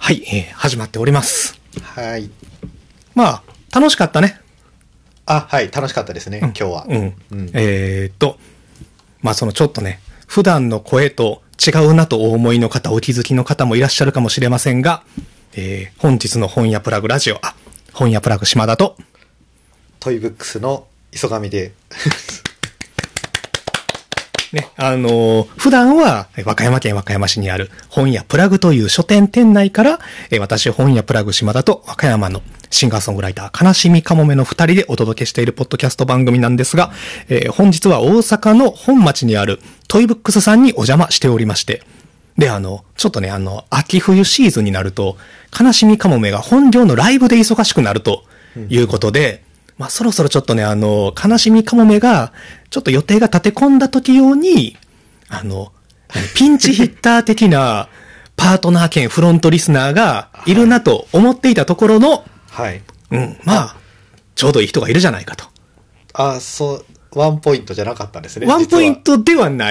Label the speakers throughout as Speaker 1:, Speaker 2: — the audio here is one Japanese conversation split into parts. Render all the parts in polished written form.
Speaker 1: はい、始まっております。
Speaker 2: はい。
Speaker 1: まあ、楽しかったね。
Speaker 2: はい、楽しかったですね、今日は。
Speaker 1: まあそのちょっとね、普段の声と違うなとお思いの方、お気づきの方もいらっしゃるかもしれませんが、本日の本屋プラグラジオ、本屋プラグ島田と、
Speaker 2: トイブックスの磯上で、
Speaker 1: ね、普段は和歌山県和歌山市にある本屋プラグという書店店内から、私本屋プラグ島田と和歌山のシンガーソングライター悲しみかもめの二人でお届けしているポッドキャスト番組なんですが、本日は大阪の本町にあるトイブックスさんにお邪魔しておりまして、で、ちょっとね、秋冬シーズンになると、悲しみかもめが本業のライブで忙しくなるということで、まあ、そろそろちょっとね、悲しみかもめが、ちょっと予定が立て込んだ時用に、ピンチヒッター的なパートナー兼フロントリスナーがいるなと思っていたところの、
Speaker 2: はい。
Speaker 1: まあ、ちょうどいい人がいるじゃないかと。
Speaker 2: ワンポイントじゃなかったんですね。
Speaker 1: ワンポイントではない。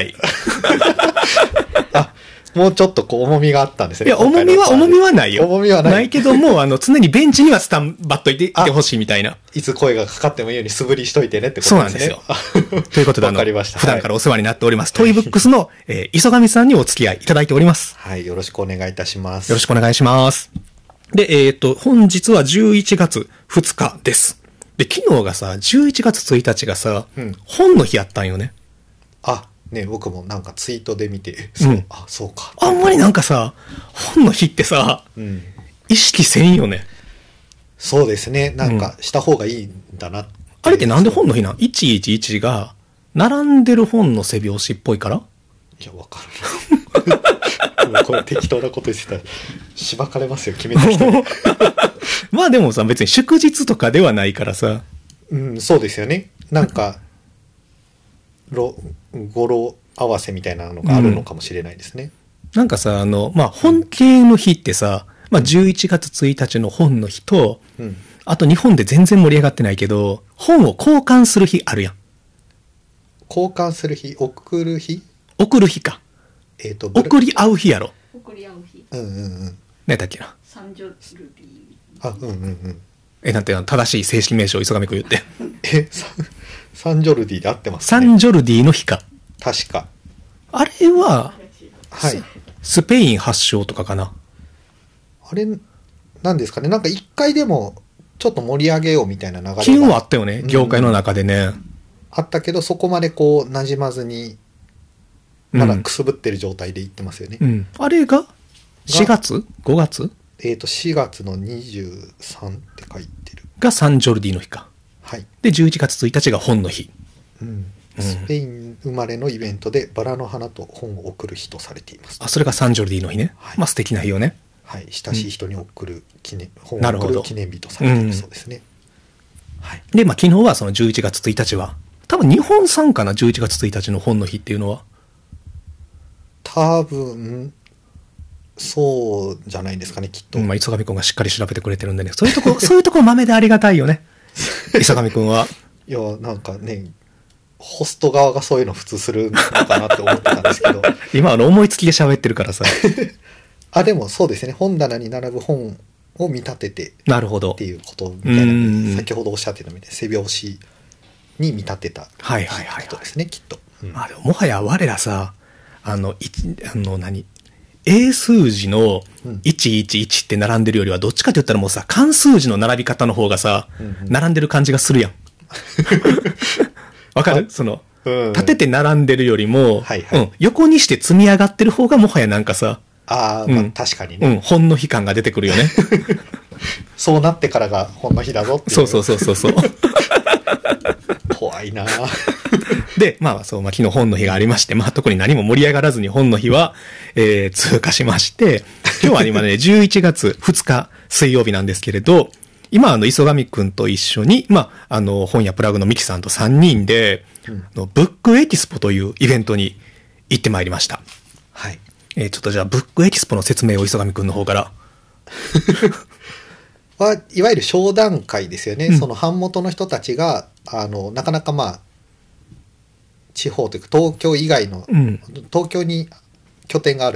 Speaker 2: もうちょっと重みがあったんですね。
Speaker 1: いや、重みはないよ。
Speaker 2: 重みはない。
Speaker 1: ないけども、常にベンチにはスタンバっといてほしいみたいな。
Speaker 2: いつ声がかかってもいいように素振りしといてねってことですね。
Speaker 1: そうなんですよ。ということで、
Speaker 2: わかりました。
Speaker 1: 普段からお世話になっております。トイブックスの、磯上さんにお付き合いいただいております。
Speaker 2: はい、よろしくお願いいたします。
Speaker 1: よろしくお願いします。で、本日は11月2日です。で、昨日がさ、11月1日がさ、本の日やったんよね。
Speaker 2: ね、僕もなんかツイートで見て、そうか。
Speaker 1: あんまりなんかさ、本の日ってさ、意識せんよね。
Speaker 2: そうですね。なんかした方がいいんだなって。
Speaker 1: あれってなんで本の日なん ?111 が、並んでる本の背表紙っぽいから？
Speaker 2: いや、わかる。これ適当なこと言ってたら、しばかれますよ、決めた人。
Speaker 1: まあでもさ、別に祝日とかではないからさ。
Speaker 2: そうですよね。なんか、語呂合わせみたいなのがあるのかもしれないですね。
Speaker 1: なんかさ、まあ、本系の日ってさ、まあ、11月1日の本の日と、あと日本で全然盛り上がってないけど、本を交換する日あるやん。
Speaker 2: 交換する日、送る日？
Speaker 1: 送る日か。送り合う日やろ。
Speaker 3: 送り合う日。
Speaker 1: 何だっけな。
Speaker 3: サンジョルディ。
Speaker 1: なんていうの、正しい正式名称を磯上くん言って。
Speaker 2: サンジョルディで合ってます
Speaker 1: ね。サンジョルディの日か。
Speaker 2: 確か。
Speaker 1: あれは、
Speaker 2: はい。
Speaker 1: スペイン発祥とかかな。
Speaker 2: あれ、なんですかね。なんか一回でも、ちょっと盛り上げようみたいな流れが。
Speaker 1: 機運はあったよね。業界の中でね。
Speaker 2: あったけど、そこまでこう、馴染まずに、まだくすぶってる状態で言ってますよね。
Speaker 1: あれが ?4 月 ?5 月
Speaker 2: 4月の23って書いてる。
Speaker 1: がサンジョルディの日か。
Speaker 2: はい。
Speaker 1: で、11月1日が本の日。
Speaker 2: スペイン生まれのイベントでバラの花と本を贈る日とされています。
Speaker 1: それがサンジョルディの日ね。まあ素敵な日よね。
Speaker 2: はい。親しい人に贈る本を贈る記念日とされているそうですね。
Speaker 1: はい。で、まあ昨日はその11月1日は、多分日本産かな、11月1日の本の日っていうのは。
Speaker 2: 多分、そうじゃないですかね、きっと。
Speaker 1: まあ、磯上くんがしっかり調べてくれてるんでね。そういうとこ豆でありがたいよね。磯上くんは。
Speaker 2: いや、なんかね、ホスト側がそういうの普通するのかなって思ってたんですけど。
Speaker 1: 今思いつきで喋ってるからさ。
Speaker 2: でもそうですね、本棚に並ぶ本を見立てて。
Speaker 1: なるほど。
Speaker 2: っていうことみたいな。先ほどおっしゃってたみたいな、背表紙に見立てた。ことですね、きっと。
Speaker 1: まあでも、もはや我らさ、英数字の111って並んでるよりは、どっちかって言ったらもうさ、漢数字の並び方の方がさ、並んでる感じがするやん。わかる？立てて並んでるよりも、横にして積み上がってる方がもはやなんかさ、
Speaker 2: 確かにね。
Speaker 1: 本の日感が出てくるよね。
Speaker 2: そうなってからが本の日だぞっていう。
Speaker 1: そう。
Speaker 2: 怖いな
Speaker 1: で、まあ昨日本の日がありまして、特に何も盛り上がらずに本の日は、通過しまして、今日は今ね、11月2日水曜日なんですけれど、今磯上くんと一緒に、本屋プラグのミキさんと3人で、ブックエキスポというイベントに行ってまいりました。
Speaker 2: はい。
Speaker 1: ちょっとじゃあブックエキスポの説明を磯上くんの方から。
Speaker 2: いわゆる商談会ですよね。その版元の人たちが、なかなか地方というか東京以外の、東京に拠点がある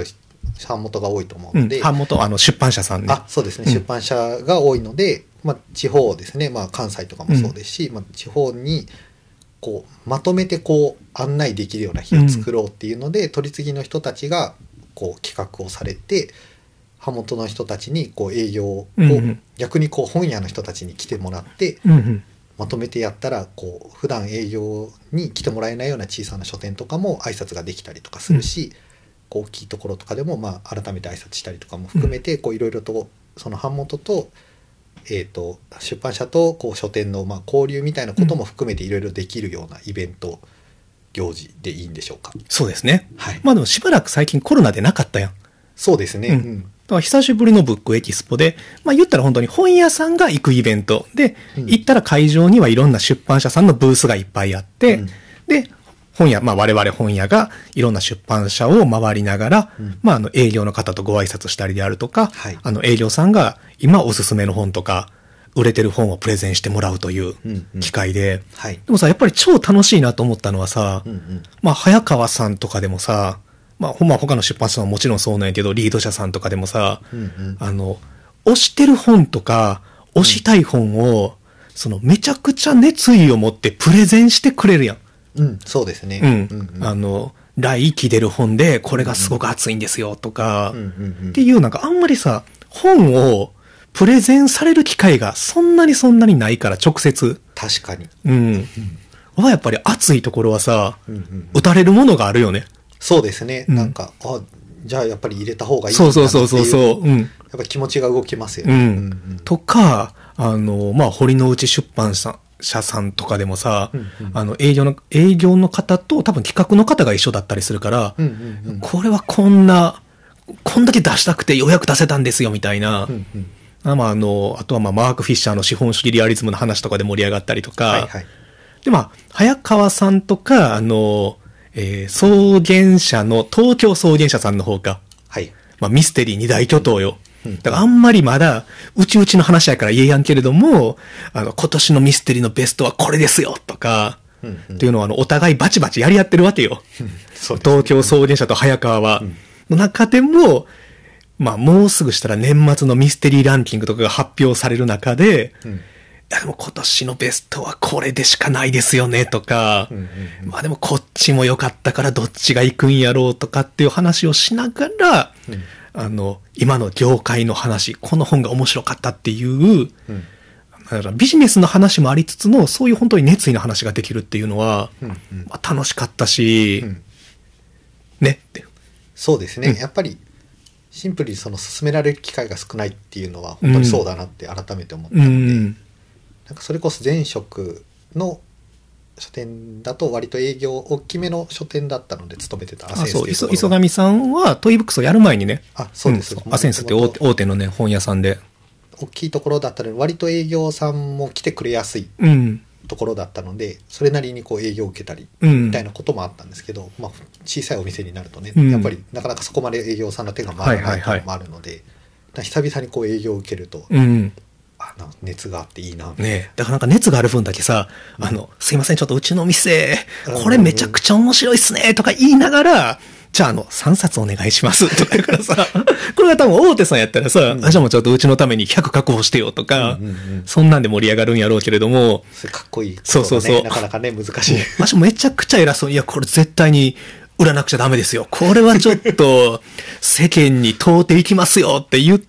Speaker 2: 版元が多いと思うので、
Speaker 1: 版元、出版社さんね。
Speaker 2: あ、そうですね、出版社が多いので、地方ですね、関西とかもそうですし、地方にこうまとめてこう案内できるような日を作ろうっていうので、取り次ぎの人たちがこう企画をされて、版元の人たちにこう営業を、逆にこう本屋の人たちに来てもらって、まとめてやったらこう普段営業に来てもらえないような小さな書店とかも挨拶ができたりとかするし、こう大きいところとかでも改めて挨拶したりとかも含めて、こういろいろとその版元と出版社とこう書店の交流みたいなことも含めていろいろできるようなイベント行事でいいんでしょうか。
Speaker 1: そうですね。
Speaker 2: はい。
Speaker 1: でもしばらく最近コロナでなかったやん。
Speaker 2: そうですね。
Speaker 1: だから久しぶりのブックエキスポで、言ったら本当に本屋さんが行くイベントで、行ったら会場にはいろんな出版社さんのブースがいっぱいあって、で、本屋、我々本屋がいろんな出版社を回りながら、営業の方とご挨拶したりであるとか、営業さんが今おすすめの本とか、売れてる本をプレゼンしてもらうという機会で、でもさ、やっぱり超楽しいなと思ったのはさ、早川さんとかでもさ、他の出版社ももちろんそうなんやけど、リード社さんとかでもさ、推してる本とか、推したい本を、めちゃくちゃ熱意を持ってプレゼンしてくれるやん。
Speaker 2: そうですね。
Speaker 1: 来期出る本で、これがすごく熱いんですよ、とか、っていうなんかあんまりさ、本をプレゼンされる機会がそんなにないから直接。
Speaker 2: 確かに。
Speaker 1: やっぱり熱いところはさ、打たれるものがあるよね。
Speaker 2: そうですね。なんか、じゃあやっぱり入れた方がいいんだなっていう。
Speaker 1: そう。
Speaker 2: やっぱり気持ちが動きますよね。
Speaker 1: とか、堀之内出版社さんとかでもさ、営業の方と多分企画の方が一緒だったりするから、これはこんだけ出したくてようやく出せたんですよ、みたいな。あとはマーク・フィッシャーの資本主義リアリズムの話とかで盛り上がったりとか、で、早川さんとか、草原社の、東京草原社さんの方か。ミステリー二大巨頭よ。だからあんまりまだ、うちの話やから言えやんけれども、今年のミステリーのベストはこれですよとか、っていうのはお互いバチバチやり合ってるわけよ。東京草原社と早川は。の中でも、もうすぐしたら年末のミステリーランキングとかが発表される中で、いやでも今年のベストはこれでしかないですよねとか、でもこっちも良かったからどっちが行くんやろうとかっていう話をしながら、今の業界の話、この本が面白かったっていう、だからビジネスの話もありつつの、そういう本当に熱意の話ができるっていうのは、楽しかったし、ねって。
Speaker 2: そうですね。やっぱり、シンプルに勧められる機会が少ないっていうのは、本当にそうだなって改めて思ったので、なんかそれこそ前職の書店だと割と営業大きめの書店だったので勤めてたアセンスっていうところが。
Speaker 1: 磯上さんはトイブックスをやる前にね。
Speaker 2: そうです。
Speaker 1: アセンスって大手のね、本屋さんで。
Speaker 2: 大きいところだったので、割と営業さんも来てくれやすいところだったので、それなりにこう営業を受けたり、みたいなこともあったんですけど、小さいお店になるとね、やっぱりなかなかそこまで営業さんの手が回らないというのもあるので、久々にこう営業を受けると、熱があっていいな。
Speaker 1: ね、だからなんか熱がある分だけさ、すいません、ちょっとうちのお店、これめちゃくちゃ面白いっすね、とか言いながら、じゃあ3冊お願いします、とか言うからさ、これが多分大手さんやったらさ、じゃあもうちょっとうちのために100確保してよとか、そんなんで盛り上がるんやろうけれども、
Speaker 2: それかっこいいことがね、なかなかね、難しい。
Speaker 1: 私もめちゃくちゃ偉そうに、いや、これ絶対に売らなくちゃダメですよ。これはちょっと世間に問うていきますよって言って、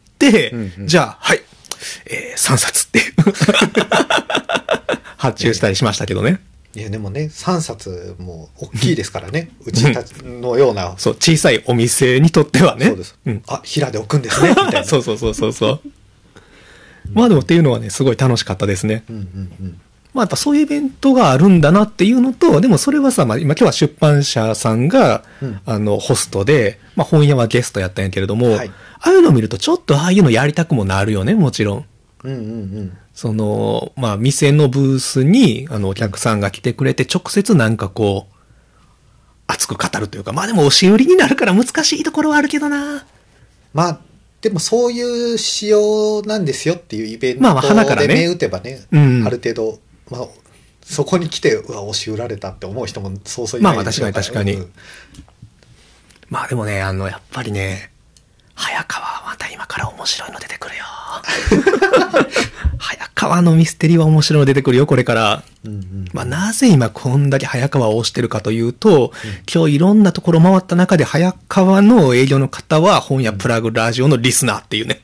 Speaker 1: じゃあ、はい。3冊って発注したりしましたけどね。
Speaker 2: いやでもね、3冊も大きいですからね、うちたちのような、
Speaker 1: そう、小さいお店にとってはね。
Speaker 2: そうです。平で置くんですね、みたいな。
Speaker 1: そう。でもっていうのはね、すごい楽しかったですね。やっぱそういうイベントがあるんだなっていうのと、でもそれはさ、今日は出版社さんが、ホストで、本屋はゲストやったんやけれども、ああいうのを見るとちょっとああいうのやりたくもなるよね、もちろん。店のブースに、お客さんが来てくれて、直接なんかこう、熱く語るというか、でも押し売りになるから難しいところはあるけどな。
Speaker 2: でもそういう仕様なんですよっていうイベントで目打てばね、ある程度、そこに来て、押し売られたって思う人もそうそういないでしょうから。
Speaker 1: 確かに。でもね、やっぱりね、 早川はまた今から面白いの出てくるよ。早川のミステリーは面白いの出てくるよ、これから。まあ、なぜ今こんだけ早川を推してるかというと、今日いろんなところ回った中で早川の営業の方は本屋プラグラジオのリスナーっていうね。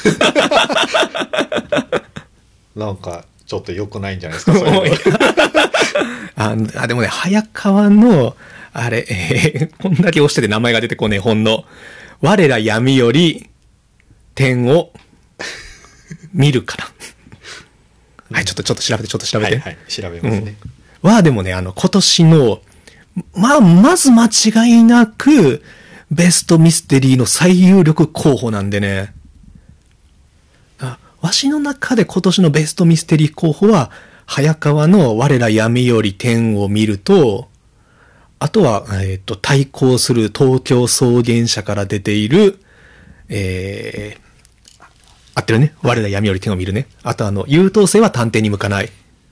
Speaker 2: なんか、ちょっと良くないんじゃないですか、それ
Speaker 1: でもね、早川の、あれ、こんだけ押してて名前が出てこねえ本の、我ら闇より天を見るかな。はい、ちょっと調べて。
Speaker 2: はいはい、調べますね。
Speaker 1: でもね、今年の、まず間違いなく、ベストミステリーの最有力候補なんでね。わしの中で今年のベストミステリー候補は、早川の我ら闇より天を見ると、あとは、対抗する東京草原社から出ている、合ってるね。我ら闇より天を見るね。あと優等生は探偵に向かない。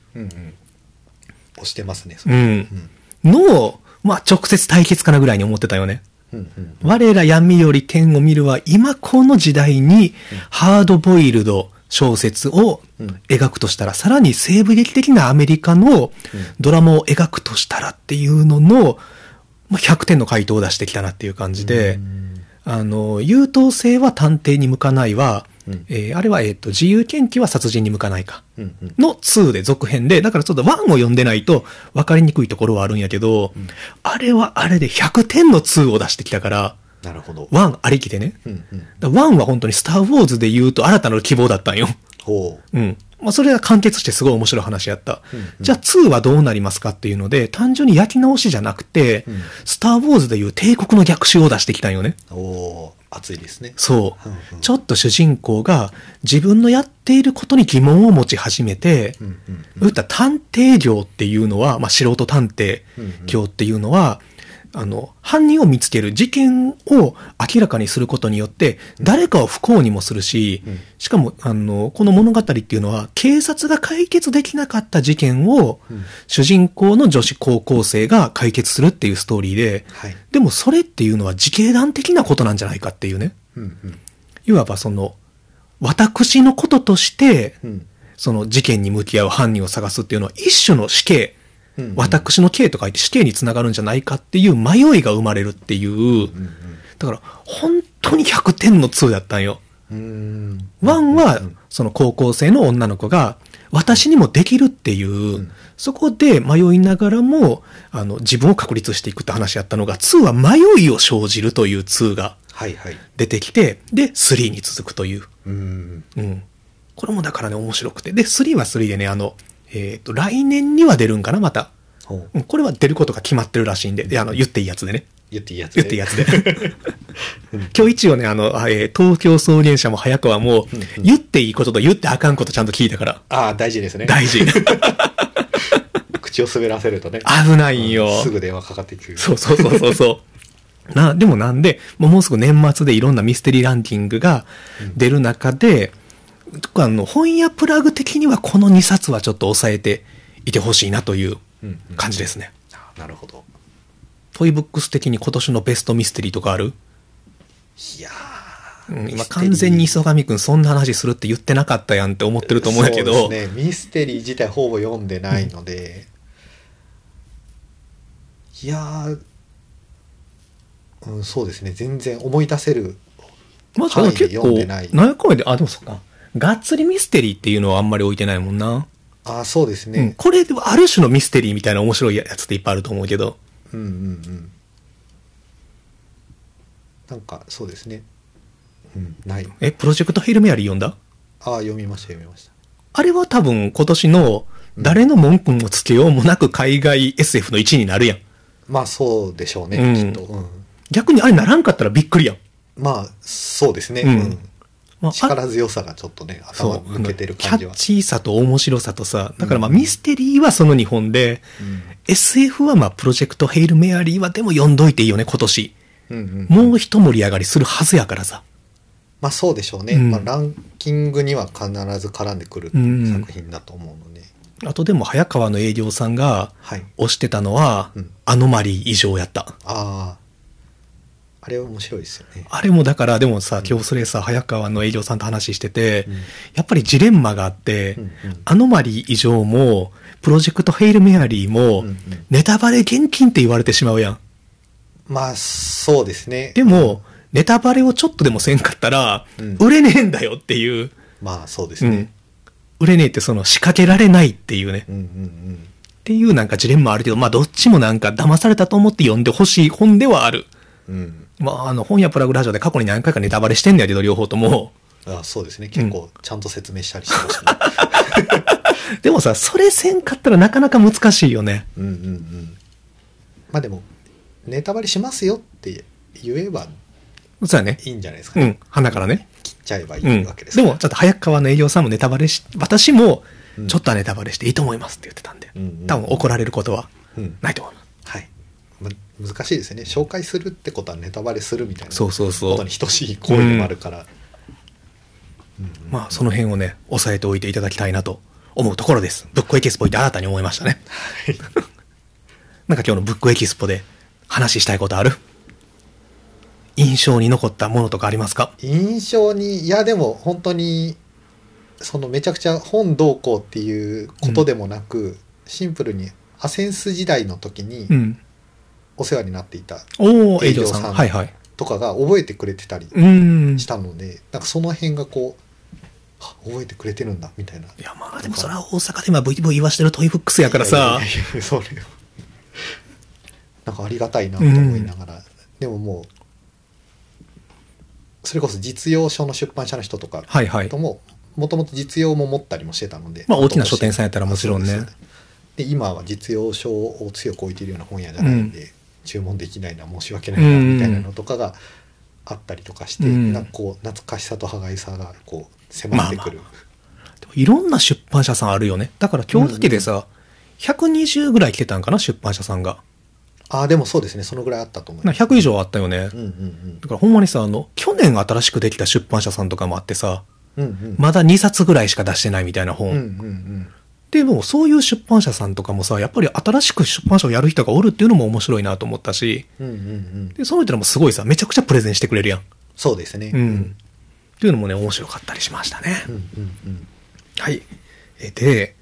Speaker 2: 押してますね、
Speaker 1: の、直接対決かなぐらいに思ってたよね。我ら闇より天を見るは、今この時代に、ハードボイルド小説を描くとしたら、さらに西部劇的なアメリカのドラマを描くとしたらっていうのの、100点の回答を出してきたなっていう感じで、優等生は探偵に向かないは、あれは、自由研究は殺人に向かないか。の2で続編で、だからちょっと1を読んでないと分かりにくいところはあるんやけど、あれはあれで100点の2を出してきたから、
Speaker 2: なるほど。
Speaker 1: 1ありきでね。1は本当にスターウォーズで言うと新たなる希望だったんよ。それが完結してすごい面白い話やった。じゃあ2はどうなりますかっていうので、単純に焼き直しじゃなくて、スターウォーズでいう帝国の逆襲を出してきたんよね。
Speaker 2: 熱いですね。
Speaker 1: そう。ちょっと主人公が自分のやっていることに疑問を持ち始めて、探偵業っていうのは、素人探偵業っていうのは、犯人を見つける事件を明らかにすることによって、誰かを不幸にもするし、しかも、この物語っていうのは、警察が解決できなかった事件を、主人公の女子高校生が解決するっていうストーリーで、でもそれっていうのは自警団的なことなんじゃないかっていうね。いわば私のこととして、その事件に向き合う犯人を探すっていうのは、一種の死刑。私の刑と書いて死刑につながるんじゃないかっていう迷いが生まれるっていう、だから本当に100点の2だったんよ。1はその高校生の女の子が私にもできるっていう、そこで迷いながらも自分を確立していくって話やったのが、2は迷いを生じるという2が出てきて、で3に続くという。これもだからね面白くて、で3は3でね来年には出るんかな、また。これは出ることが決まってるらしいんで、言っていいやつでね。
Speaker 2: 言っていいやつ
Speaker 1: で。今日一応ね、東京草原社も早川も、言っていいことと言ってあかんことちゃんと聞いたから。
Speaker 2: 大事ですね。
Speaker 1: 大事。
Speaker 2: 口を滑らせるとね。
Speaker 1: 危ないよ。
Speaker 2: すぐ電話かかってくる。
Speaker 1: そう。でもなんで、もうすぐ年末でいろんなミステリーランキングが出る中で、本屋プラグ的にはこの2冊はちょっと抑えていてほしいなという感じですね。
Speaker 2: なるほど。
Speaker 1: トイブックス的に今年のベストミステリーとかある？
Speaker 2: いや
Speaker 1: 今完全に磯上くんそんな話するって言ってなかったやんって思ってると思うんやけど。
Speaker 2: そうですね。ミステリー自体ほぼ読んでないので。いやそうですね。全然思い出せる範囲で読んでない。
Speaker 1: 結構、何回で、でもそっか。がっつりミステリーっていうのはあんまり置いてないもんな。
Speaker 2: そうですね。
Speaker 1: これである種のミステリーみたいな面白いやつっていっぱいあると思うけど。
Speaker 2: なんかそうですね。ない。
Speaker 1: プロジェクトヘイルメアリー読んだ？
Speaker 2: 読みました。
Speaker 1: あれは多分今年の誰の文句もつけようもなく海外 SF の1位になるやん。
Speaker 2: そうでしょうね、きっと。
Speaker 1: 逆にあれならんかったらびっくりやん。
Speaker 2: そうですね。力強さがちょっとね、頭抜けてる感じは。
Speaker 1: キャッチーさと面白さとさ、だからミステリーはその2本で、SF はプロジェクトヘイルメアリーはでも読んどいていいよね、今年。もう一盛り上がりするはずやからさ。
Speaker 2: そうでしょうね。ランキングには必ず絡んでくる作品だと思うので。
Speaker 1: あとでも早川の営業さんが推してたのは、アノマリー以上やった。
Speaker 2: あれは面白いですよね。
Speaker 1: あれもだから、でもさ、今日それさ、早川の営業さんと話してて、
Speaker 2: うん、
Speaker 1: やっぱりジレンマがあって、
Speaker 2: うんうん、
Speaker 1: アノマリー以上も、プロジェクトヘイルメアリーも、
Speaker 2: うんうん、
Speaker 1: ネタバレ厳禁って言われてしまうやん。
Speaker 2: まあ、そうですね。
Speaker 1: でも、ネタバレをちょっとでもせんかったら、
Speaker 2: うん、
Speaker 1: 売れねえんだよっていう。
Speaker 2: まあ、そうですね。
Speaker 1: うん、売れねえってその仕掛けられないっていうね。
Speaker 2: うんうんうん、
Speaker 1: っていうなんかジレンマあるけど、まあどっちもなんか騙されたと思って読んでほしい本ではある。
Speaker 2: うん、
Speaker 1: まあ本やプラグラジオで過去に何回かネタバレしてんだけど、両方とも。
Speaker 2: そうですね。結構ちゃんと説明したりしてましたね。
Speaker 1: でもさ、それせんかったらなかなか難しいよね。
Speaker 2: うんうんうん。まあでも、ネタバレしますよって言えば、
Speaker 1: そうやね。
Speaker 2: いいんじゃないですかね。
Speaker 1: うん。鼻からね。
Speaker 2: 切っちゃえばいいわけです
Speaker 1: でも、ちょっと早川の営業さんもネタバレ私も、
Speaker 2: うん
Speaker 1: ちょっとはネタバレしていいと思いますって言ってたんで、
Speaker 2: うんうん
Speaker 1: 多分怒られることは
Speaker 2: うん
Speaker 1: ないと思います。
Speaker 2: はい。難しいですね。紹介するってことはネタバレするみたいな
Speaker 1: そうそうそう
Speaker 2: ことに等しい行為でもあるから。
Speaker 1: まあ、その辺をね、押さえておいていただきたいなと思うところです。ブックエキスポ行って新たに思いましたね。なんか今日のブックエキスポで話したいことある？印象に残ったものとかありますか？
Speaker 2: 印象に、いやでも本当に、そのめちゃくちゃ本どうこうっていうことでもなく、シンプルにアセンス時代の時にお世話になっていた
Speaker 1: 営業さんはいはい
Speaker 2: とかが覚えてくれてたりしたので、なんかその辺がこう、覚えてくれてるんだみたいな。い
Speaker 1: やまあでもそれは大阪で今ブイブイ言わしてるトイフックスやからさ、
Speaker 2: それなんかありがたいなと思いながら、でももうそれこそ実用書の出版社の人とかとも、もともと実用も持ったりもしてたので、
Speaker 1: まあ大きな書店さんやったらもちろんね。
Speaker 2: で今は実用書を強く置いているような本屋じゃないんで、注文できないな、申し訳ないなみたいなのとかがあったりとかして、なんかこう懐かしさと歯がゆさがこう迫ってくる。
Speaker 1: でもいろんな出版社さんあるよね。だから今日だけでさ、120ぐらい来てたんかな、出版社さんが。
Speaker 2: でもそうですね、そのぐらいあったと思います。
Speaker 1: 100以上あったよね。だからほんまにさ、去年新しくできた出版社さんとかもあってさ、まだ2冊ぐらいしか出してないみたいな本。でもそういう出版社さんとかもさ、やっぱり新しく出版社をやる人がおるっていうのも面白いなと思ったし、でその人らもすごいさ、めちゃくちゃプレゼンしてくれるやん。
Speaker 2: そうですね。
Speaker 1: っていうのもね、面白かったりしましたね。はい。で、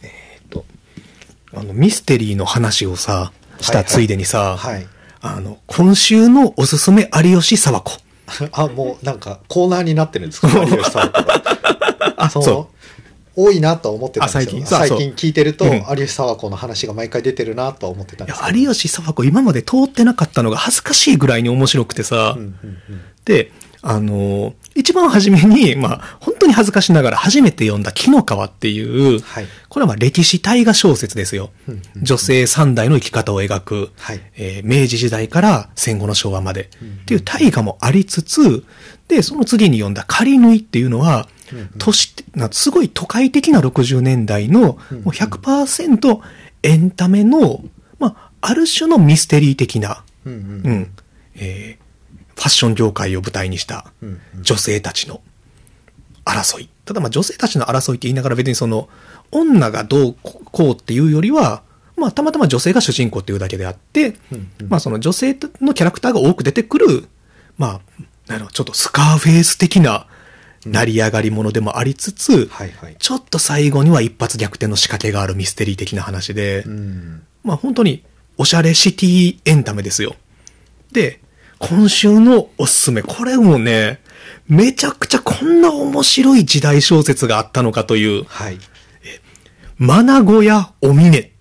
Speaker 1: ミステリーの話をさ、したついでにさ、今週のおすすめ有吉沢子。
Speaker 2: もうなんかコーナーになってるんですか、有吉沢子が。そう。多いなとは思ってたんですよ。最近聞いてると、有吉沢子の話が毎回出てるなとは思ってたんですけど。
Speaker 1: 有吉沢子今まで通ってなかったのが恥ずかしいぐらいに面白くてさ、で、一番初めに、本当に恥ずかしながら初めて読んだ紀の川っていう、これは歴史大河小説ですよ。女性3代の生き方を描く、明治時代から戦後の昭和までっていう大河もありつつ、で、その次に読んだ仮縫いっていうのは、すごい都会的な60年代のもう 100% エンタメの、ある種のミステリー的な、ファッション業界を舞台にした女性たちの争い。ただ女性たちの争いって言いながら別にその女がどうこうっていうよりは、たまたま女性が主人公っていうだけであって、その女性のキャラクターが多く出てくる、ちょっとスカーフェイス的な成り上がりものでもありつつ、ちょっと最後には一発逆転の仕掛けがあるミステリー的な話で、本当におしゃれシティエンタメですよ。で、今週のおすすめ、これもね、めちゃくちゃこんな面白い時代小説があったのかという、マナゴやお峰って。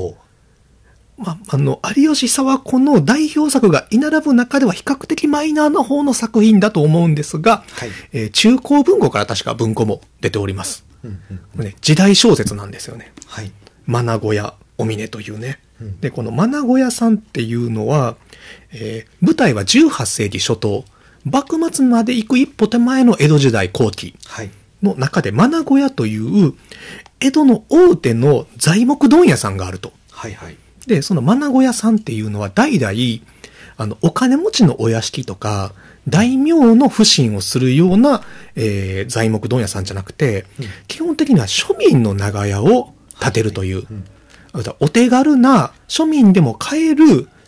Speaker 1: 有吉沢子の代表作が居並ぶ中では比較的マイナーな方の作品だと思うんですが、中高文庫から確か文庫も出ております。時代小説なんですよね。マナゴやお峰というね。で、このマナゴ屋さんっていうのは、舞台は18世紀初頭、幕末まで行く一歩手前の江戸時代後期の中で、マナゴ屋という江戸の大手の材木問屋さんがあると。で、そのマナゴ屋さんっていうのは代々、お金持ちのお屋敷とか、大名の不信をするような、材木問屋さんじゃなくて、基本的には庶民の長屋を建てるという、お手軽な庶民でも買える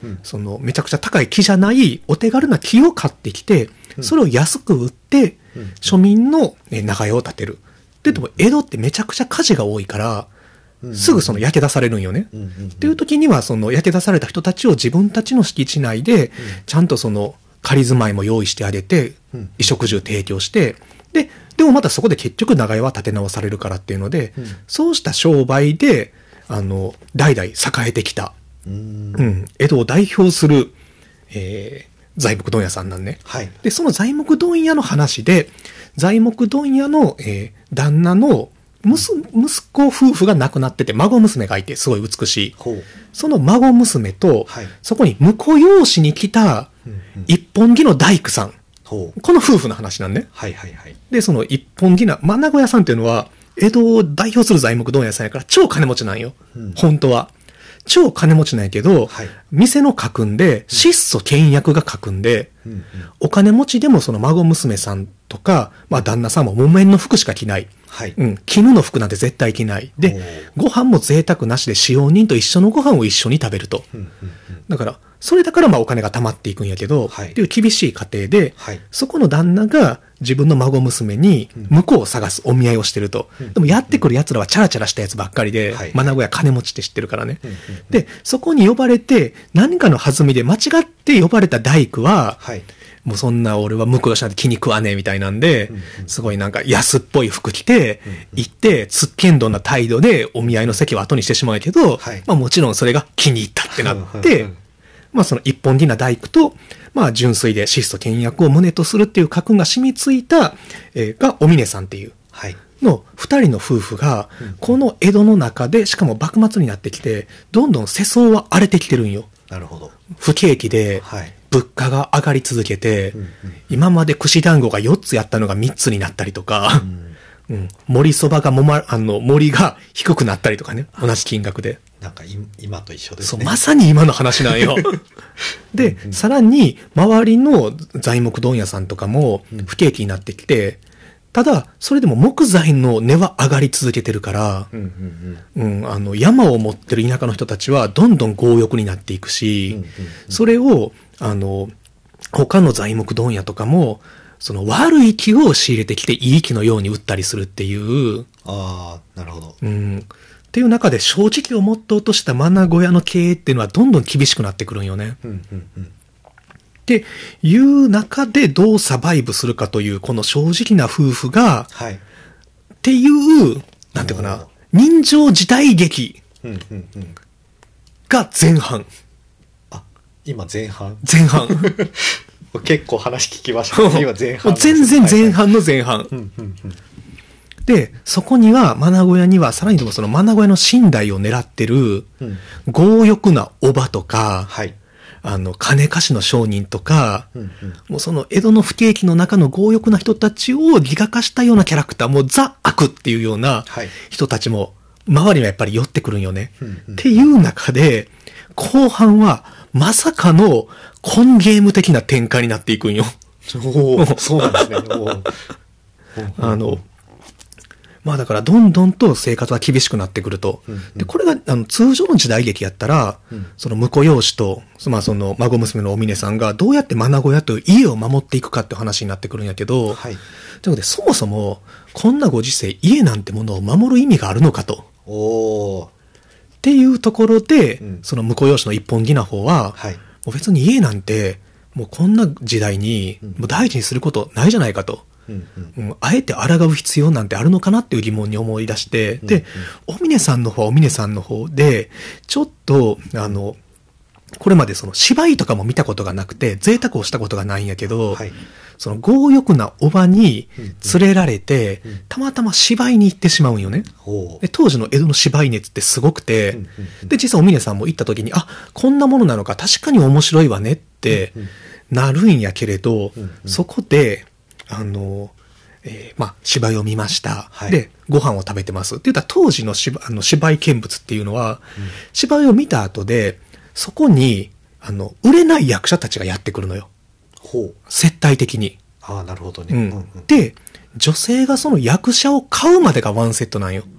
Speaker 2: うん
Speaker 1: そのめちゃくちゃ高い木じゃないお手軽な木を買ってきて、それを安く売って、
Speaker 2: うん
Speaker 1: 庶民の長屋を建てる。でも江戸ってめちゃくちゃ火事が多いから、
Speaker 2: うん
Speaker 1: すぐその焼け出されるんよね。
Speaker 2: うんうんうん
Speaker 1: っていう時にはその焼け出された人たちを自分たちの敷地内でちゃんとその仮住まいも用意してあげて、
Speaker 2: うん
Speaker 1: 衣食住提供して、でもまたそこで結局長屋は建て直されるからっていうので、
Speaker 2: うん
Speaker 1: そうした商売で、代々栄えてきた、
Speaker 2: うん
Speaker 1: 江戸を代表する、材木問屋さんなんね。
Speaker 2: はい
Speaker 1: で、その材木問屋の話で、材木問屋の、旦那の息子夫婦が亡くなってて、孫娘がいて、すごい美しい。
Speaker 2: ほう
Speaker 1: その孫娘と、
Speaker 2: はい
Speaker 1: そこに婿養子に来た
Speaker 2: うんうん
Speaker 1: 一本木の大工さん。
Speaker 2: ほう
Speaker 1: この夫婦の話なんね。
Speaker 2: はいはいはい
Speaker 1: で、その一本木な、真子屋さんっていうのは、江戸を代表する材木問屋さんやから超金持ちなんよ。
Speaker 2: うん
Speaker 1: 本当は。超金持ちなんやけど、
Speaker 2: はい
Speaker 1: 店の家訓で、質素倹約が家訓で、
Speaker 2: うんうん
Speaker 1: お金持ちでもその孫娘さんとか、まあ旦那さんも木綿の服しか着ない。
Speaker 2: はい
Speaker 1: 絹の服なんて絶対着ない。で、ご飯も贅沢なしで使用人と一緒のご飯を一緒に食べると。
Speaker 2: うんうんうん
Speaker 1: だから、それだからまあお金が貯まっていくんやけど、
Speaker 2: はい
Speaker 1: っていう厳しい家庭で、
Speaker 2: はい
Speaker 1: そこの旦那が自分の孫娘に婿を探すお見合いをしてると。
Speaker 2: うん
Speaker 1: でもやってくる奴らはチャラチャラしたやつばっかりで、
Speaker 2: はい
Speaker 1: 真子や金持ちって知ってるからね。
Speaker 2: うんうん
Speaker 1: で、そこに呼ばれて、何かの弾みで間違って呼ばれた大工は、
Speaker 2: はい
Speaker 1: もうそんな俺は婿養子なんて気に食わねえみたいなんで、
Speaker 2: うんうん
Speaker 1: すごいなんか安っぽい服着て、
Speaker 2: うんうん
Speaker 1: 行って、つっけんどんな態度でお見合いの席を後にしてしまうけど、
Speaker 2: はい
Speaker 1: まあもちろんそれが気に入ったってなっ
Speaker 2: うんうん
Speaker 1: て
Speaker 2: うん、
Speaker 1: まあその一本木な大工と、まあ純粋で質素倹約を旨とするっていう家訓が染みついた、がお峰さんっていう
Speaker 2: はい
Speaker 1: の二人の夫婦が
Speaker 2: うん、
Speaker 1: この江戸の中で、しかも幕末になってきて、どんどん世相は荒れてきてるんよ。
Speaker 2: なるほど
Speaker 1: 不景気で、
Speaker 2: はい
Speaker 1: 物価が上がり続けて、
Speaker 2: うんうん
Speaker 1: 今まで串団子が4つやったのが3つになったりとか、盛りそばが盛りが低くなったりとかね、同じ金額で。
Speaker 2: なんか今と一緒です
Speaker 1: そう、
Speaker 2: ね
Speaker 1: まさに今の話なんよ。で、さらに、周りの材木問屋さんとかも
Speaker 2: うん
Speaker 1: 不景気になってきて、ただ、それでも木材の値は上がり続けてるから、
Speaker 2: うんうん
Speaker 1: 山を持ってる田舎の人たちはどんどん強欲になっていくし、
Speaker 2: うんうんうん
Speaker 1: それを、他の材木問屋とかも、その悪い木を仕入れてきていい木のように売ったりするっていう、
Speaker 2: ああなるほど
Speaker 1: っていう中で正直をモットーとしたマナ小屋の経営っていうのはどんどん厳しくなってくるんよね。
Speaker 2: うんうんうん
Speaker 1: っていう中でどうサバイブするかという、この正直な夫婦が、
Speaker 2: はい
Speaker 1: っていう、なんていうかな、人情時代劇
Speaker 2: うんうんうん
Speaker 1: が前半。
Speaker 2: あ今前半
Speaker 1: 前半。
Speaker 2: 結構話聞きましたね今前半
Speaker 1: 全然前半の前半。
Speaker 2: うんうんうん
Speaker 1: で、そこには、マナ小屋には、さらにでもそのマナ小屋の寝台を狙ってる、
Speaker 2: うん
Speaker 1: 強欲なおばとか、
Speaker 2: はい
Speaker 1: 金貸しの商人とか、
Speaker 2: うんうん
Speaker 1: もうその江戸の不景気の中の強欲な人たちをギガ化したようなキャラクター、もうザ・悪っていうような
Speaker 2: はい
Speaker 1: 人たちも、周りにはやっぱり寄ってくるんよね。
Speaker 2: うんうん
Speaker 1: っていう中で、後半は、まさかの、コンゲーム的な展開になっていくんよ。
Speaker 2: おおそうなんですねおー
Speaker 1: まあだからどんどんと生活は厳しくなってくると。
Speaker 2: うんうん
Speaker 1: で、これが通常の時代劇やったら、
Speaker 2: うん
Speaker 1: その婿養子と、まあその孫娘のお峰さんがどうやってマナ小屋という家を守っていくかって話になってくるんやけど、
Speaker 2: はい
Speaker 1: ということでそもそもこんなご時世家なんてものを守る意味があるのかと。
Speaker 2: おお
Speaker 1: っていうところで、
Speaker 2: うん
Speaker 1: その婿養子の一本木な方は、
Speaker 2: はい
Speaker 1: もう別に家なんて、もうこんな時代に
Speaker 2: うん
Speaker 1: もう大事にすることないじゃないかと。
Speaker 2: うんうん
Speaker 1: あえて抗う必要なんてあるのかなっていう疑問に思い出して、
Speaker 2: うん
Speaker 1: で、お峰さんの方はお峰さんの方で、ちょっと、これまでその芝居とかも見たことがなくて、贅沢をしたことがないんやけど、
Speaker 2: はい
Speaker 1: その強欲なおばに
Speaker 2: うん
Speaker 1: 連れられて、
Speaker 2: うん
Speaker 1: たまたま芝居に行ってしまうんよね。
Speaker 2: お
Speaker 1: で当時の江戸の芝居熱ってすごくて、
Speaker 2: うんうん
Speaker 1: で、実際お峰さんも行った時に、あ、こんなものなのか、確かに面白いわねって
Speaker 2: うんうん
Speaker 1: なるんやけれど、
Speaker 2: うんうん
Speaker 1: そこで、まあ、芝居を見ました。
Speaker 2: はい
Speaker 1: で、ご飯を食べてます。って言ったら当時の芝居見物っていうのは、
Speaker 2: うん
Speaker 1: 芝居を見た後で、そこに、売れない役者たちがやってくるのよ。
Speaker 2: ほう
Speaker 1: 接待的に。
Speaker 2: ああなるほどね
Speaker 1: うん。で、女性がその役者を買うまでがワンセットなんよ。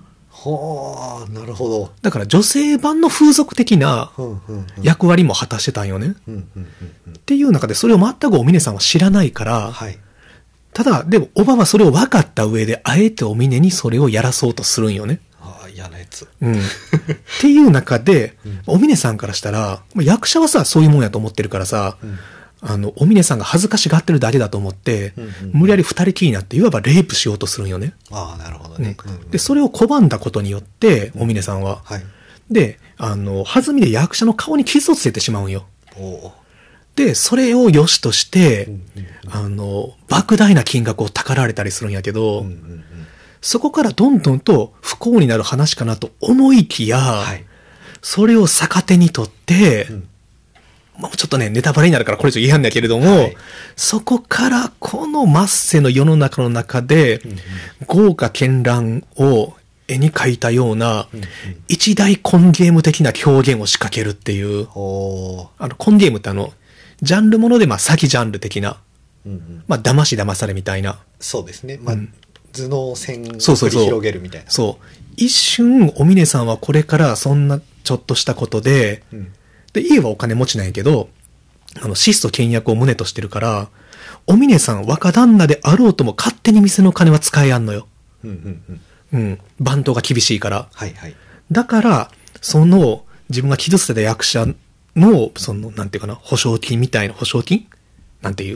Speaker 2: はあ、なるほど。
Speaker 1: だから女性版の風俗的な
Speaker 2: うんうんうん
Speaker 1: 役割も果たしてたんよね。
Speaker 2: うんうんうんうん
Speaker 1: っていう中でそれを全くお峰さんは知らないから、
Speaker 2: はい。
Speaker 1: ただ、でも、おばはそれを分かった上で、あえてお峰にそれをやらそうとするんよね。
Speaker 2: ああ、嫌なやつ。
Speaker 1: うん。っていう中で、
Speaker 2: うん
Speaker 1: お峰さんからしたら、役者はさ、そういうもんやと思ってるからさ、
Speaker 2: うん
Speaker 1: お峰さんが恥ずかしがってるだけだと思って、
Speaker 2: うんうん
Speaker 1: 無理やり二人きりになって、いわばレイプしようとするんよね。
Speaker 2: ああ、なるほど
Speaker 1: うん
Speaker 2: ね。うんうん
Speaker 1: で、それを拒んだことによって、お峰さんは。
Speaker 2: はい。
Speaker 1: で、弾みで役者の顔に傷をつけてしまうんよ。
Speaker 2: おお。
Speaker 1: で、それを良しとして、
Speaker 2: うんうん
Speaker 1: 莫大な金額をたかられたりするんやけど、
Speaker 2: うんうんうん
Speaker 1: そこからどんどんと不幸になる話かなと思いきや、
Speaker 2: はい。
Speaker 1: それを逆手にとって、
Speaker 2: うん
Speaker 1: もうちょっとね、ネタバレになるからこれ以上言いはんだけれども、
Speaker 2: はい
Speaker 1: そこからこのマッセの世の中の中で、
Speaker 2: うんうん
Speaker 1: 豪華絢爛を絵に描いたような、
Speaker 2: うんうん
Speaker 1: 一大コンゲーム的な表現を仕掛けるっていう、
Speaker 2: おー
Speaker 1: コンゲームってジャンルもので詐欺ジャンル的な、
Speaker 2: うんうん
Speaker 1: 騙し騙されみたいな、
Speaker 2: そうですね。まあ
Speaker 1: うん
Speaker 2: 頭脳線を繰り
Speaker 1: そうそうそう
Speaker 2: 広げるみたいな。
Speaker 1: そう。一瞬、お峰さんはこれからそんなちょっとしたことで、
Speaker 2: うん
Speaker 1: で、家はお金持ちなんやけど、質素倹約を旨としてるから、お峰さん若旦那であろうとも勝手に店の金は使えやんのよ。
Speaker 2: うんうんうん。
Speaker 1: うん。番頭が厳しいから。
Speaker 2: はいはい。
Speaker 1: だから、自分が傷つけた役者の、なんていうかな、保証金みたいな、保証金なんていう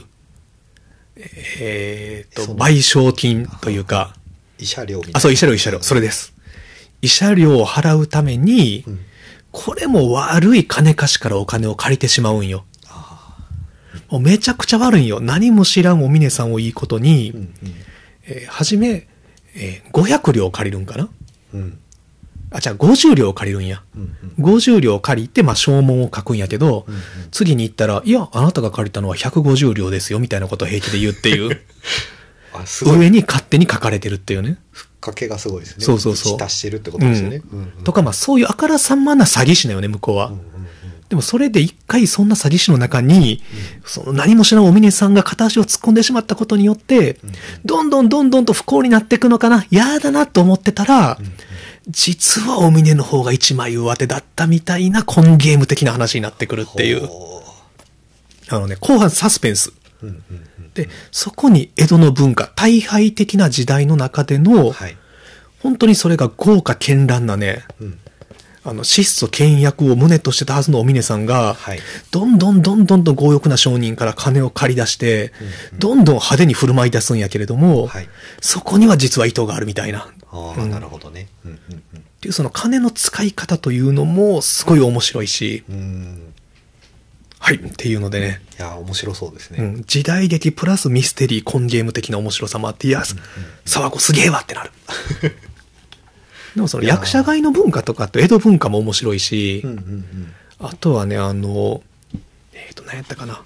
Speaker 2: その
Speaker 1: 賠償金というか、
Speaker 2: 慰謝料みたいな。
Speaker 1: そう、慰謝料、それです。慰謝料を払うために、
Speaker 2: うん
Speaker 1: これも悪い金貸しからお金を借りてしまうんよ。
Speaker 2: あ
Speaker 1: もうめちゃくちゃ悪いんよ。何も知らんお峰さんをいいことに、
Speaker 2: ーうん
Speaker 1: はじめ、500両借りるんかな
Speaker 2: うんうん
Speaker 1: じゃあ50両借りるんや。
Speaker 2: うんうん
Speaker 1: 50両借りて、証文を書くんやけど、
Speaker 2: うんうん
Speaker 1: 次に行ったら、いや、あなたが借りたのは150両ですよ、みたいなことを平気で言うっていう、
Speaker 2: あ、すごい。
Speaker 1: 上に勝手に書かれてるっていうね。
Speaker 2: ふっかけがすごいですね。
Speaker 1: そうそうそう
Speaker 2: 1足してるってことですよね。うんうん
Speaker 1: とか、そういうあからさまな詐欺師なよね、向こうは。
Speaker 2: うんうんうん
Speaker 1: でもそれで一回そんな詐欺師の中に、何も知らんお峰さんが片足を突っ込んでしまったことによって、どんどんと不幸になっていくのかな、嫌だなと思ってたら、実はお峰の方が一枚上手だったみたいなコンゲーム的な話になってくるっていう。
Speaker 2: ほ
Speaker 1: 後半サスペンス。
Speaker 2: ううんうんうん
Speaker 1: で、そこに江戸の文化、大敗的な時代の中での、
Speaker 2: はい。
Speaker 1: 本当にそれが豪華絢爛なね、
Speaker 2: うん
Speaker 1: 質素倹約を旨としてたはずのお峰さんが、
Speaker 2: はい。
Speaker 1: どんどんと強欲な商人から金を借り出して、どんどん派手に振る舞い出すんやけれども、
Speaker 2: はい。
Speaker 1: そこには実は意図があるみたいな。っ
Speaker 2: ああ、なるほどね。うん
Speaker 1: ていうその金の使い方というのもすごい面白いし、
Speaker 2: うんうん。うん。
Speaker 1: はい、っていうのでね、
Speaker 2: いや、面白そうですね。
Speaker 1: うん、時代劇プラスミステリー、コンゲーム的な面白さもあって、いや、沢子すげえわってなる。でもその役者買いの文化とかって江戸文化も面白いし、
Speaker 2: うんうんうん。
Speaker 1: あとはね、何やったかな。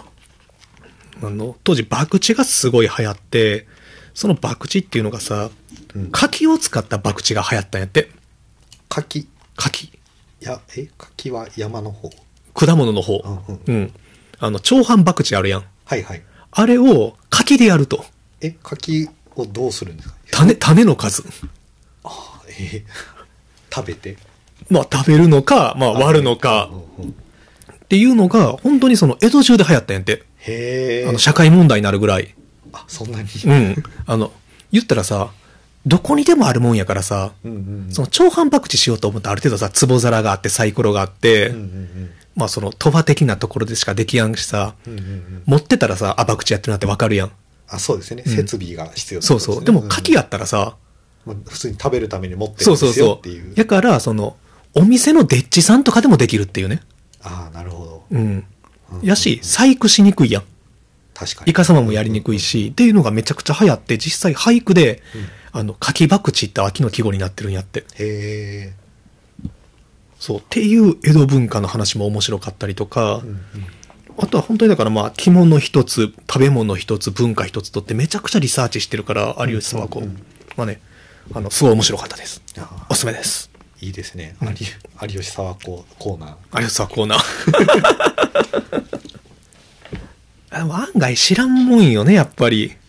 Speaker 1: 当時、博打がすごい流行って、その博打っていうのがさ、
Speaker 2: うん
Speaker 1: 柿を使った博打が流行ったんやって。
Speaker 2: 柿。
Speaker 1: 柿。
Speaker 2: 柿は山の方。
Speaker 1: 果物の方。
Speaker 2: うん
Speaker 1: 長半博打あるやん。
Speaker 2: はいはい。
Speaker 1: あれを柿でやると。
Speaker 2: 柿をどうするんですか？
Speaker 1: 種の数。
Speaker 2: 食べて。
Speaker 1: 食べるのか、割るのか
Speaker 2: うんうん
Speaker 1: っていうのが、本当にその江戸中で流行ったんやって。
Speaker 2: へえ。
Speaker 1: 社会問題になるぐらい。
Speaker 2: そんなに。
Speaker 1: うん。言ったらさ、どこにでもあるもんやからさ、
Speaker 2: うんうんうん。
Speaker 1: その長半博打しようと思ったらある程度さ、壺皿があってサイコロがあって、
Speaker 2: うんうんうん
Speaker 1: その賭場的なところでしかできやんしさ、
Speaker 2: うんうんうん。
Speaker 1: 持ってたらさ、博打やってるなってわかるやん。
Speaker 2: そうですね。設備が必要って
Speaker 1: そうそう。
Speaker 2: ことすね
Speaker 1: でも、牡蠣やったらさ、
Speaker 2: 普通に食べるために持ってる
Speaker 1: そうんそう
Speaker 2: ですよ
Speaker 1: そ
Speaker 2: っていう。
Speaker 1: う。だから、お店のデッチさんとかでもできるっていうね。
Speaker 2: ああ、なるほど。
Speaker 1: うん。やし、細工しにくいやん。
Speaker 2: 確かに。
Speaker 1: イカ様もやりにくいし、っていうのがめちゃくちゃ流行って、実際俳句で、牡蠣博打って秋の季語になってるんやって。
Speaker 2: へえ。
Speaker 1: そう。っていう江戸文化の話も面白かったりとか、
Speaker 2: うんうん
Speaker 1: あとは本当にだから着物一つ、食べ物一つ、文化一つとってめちゃくちゃリサーチしてるから、有吉沢子。すごい面白かったです。
Speaker 2: あー
Speaker 1: おすすめです。
Speaker 2: いいですね。有吉沢子コーナー。
Speaker 1: 有吉沢コーナー。案外知らんもんよね、やっぱり。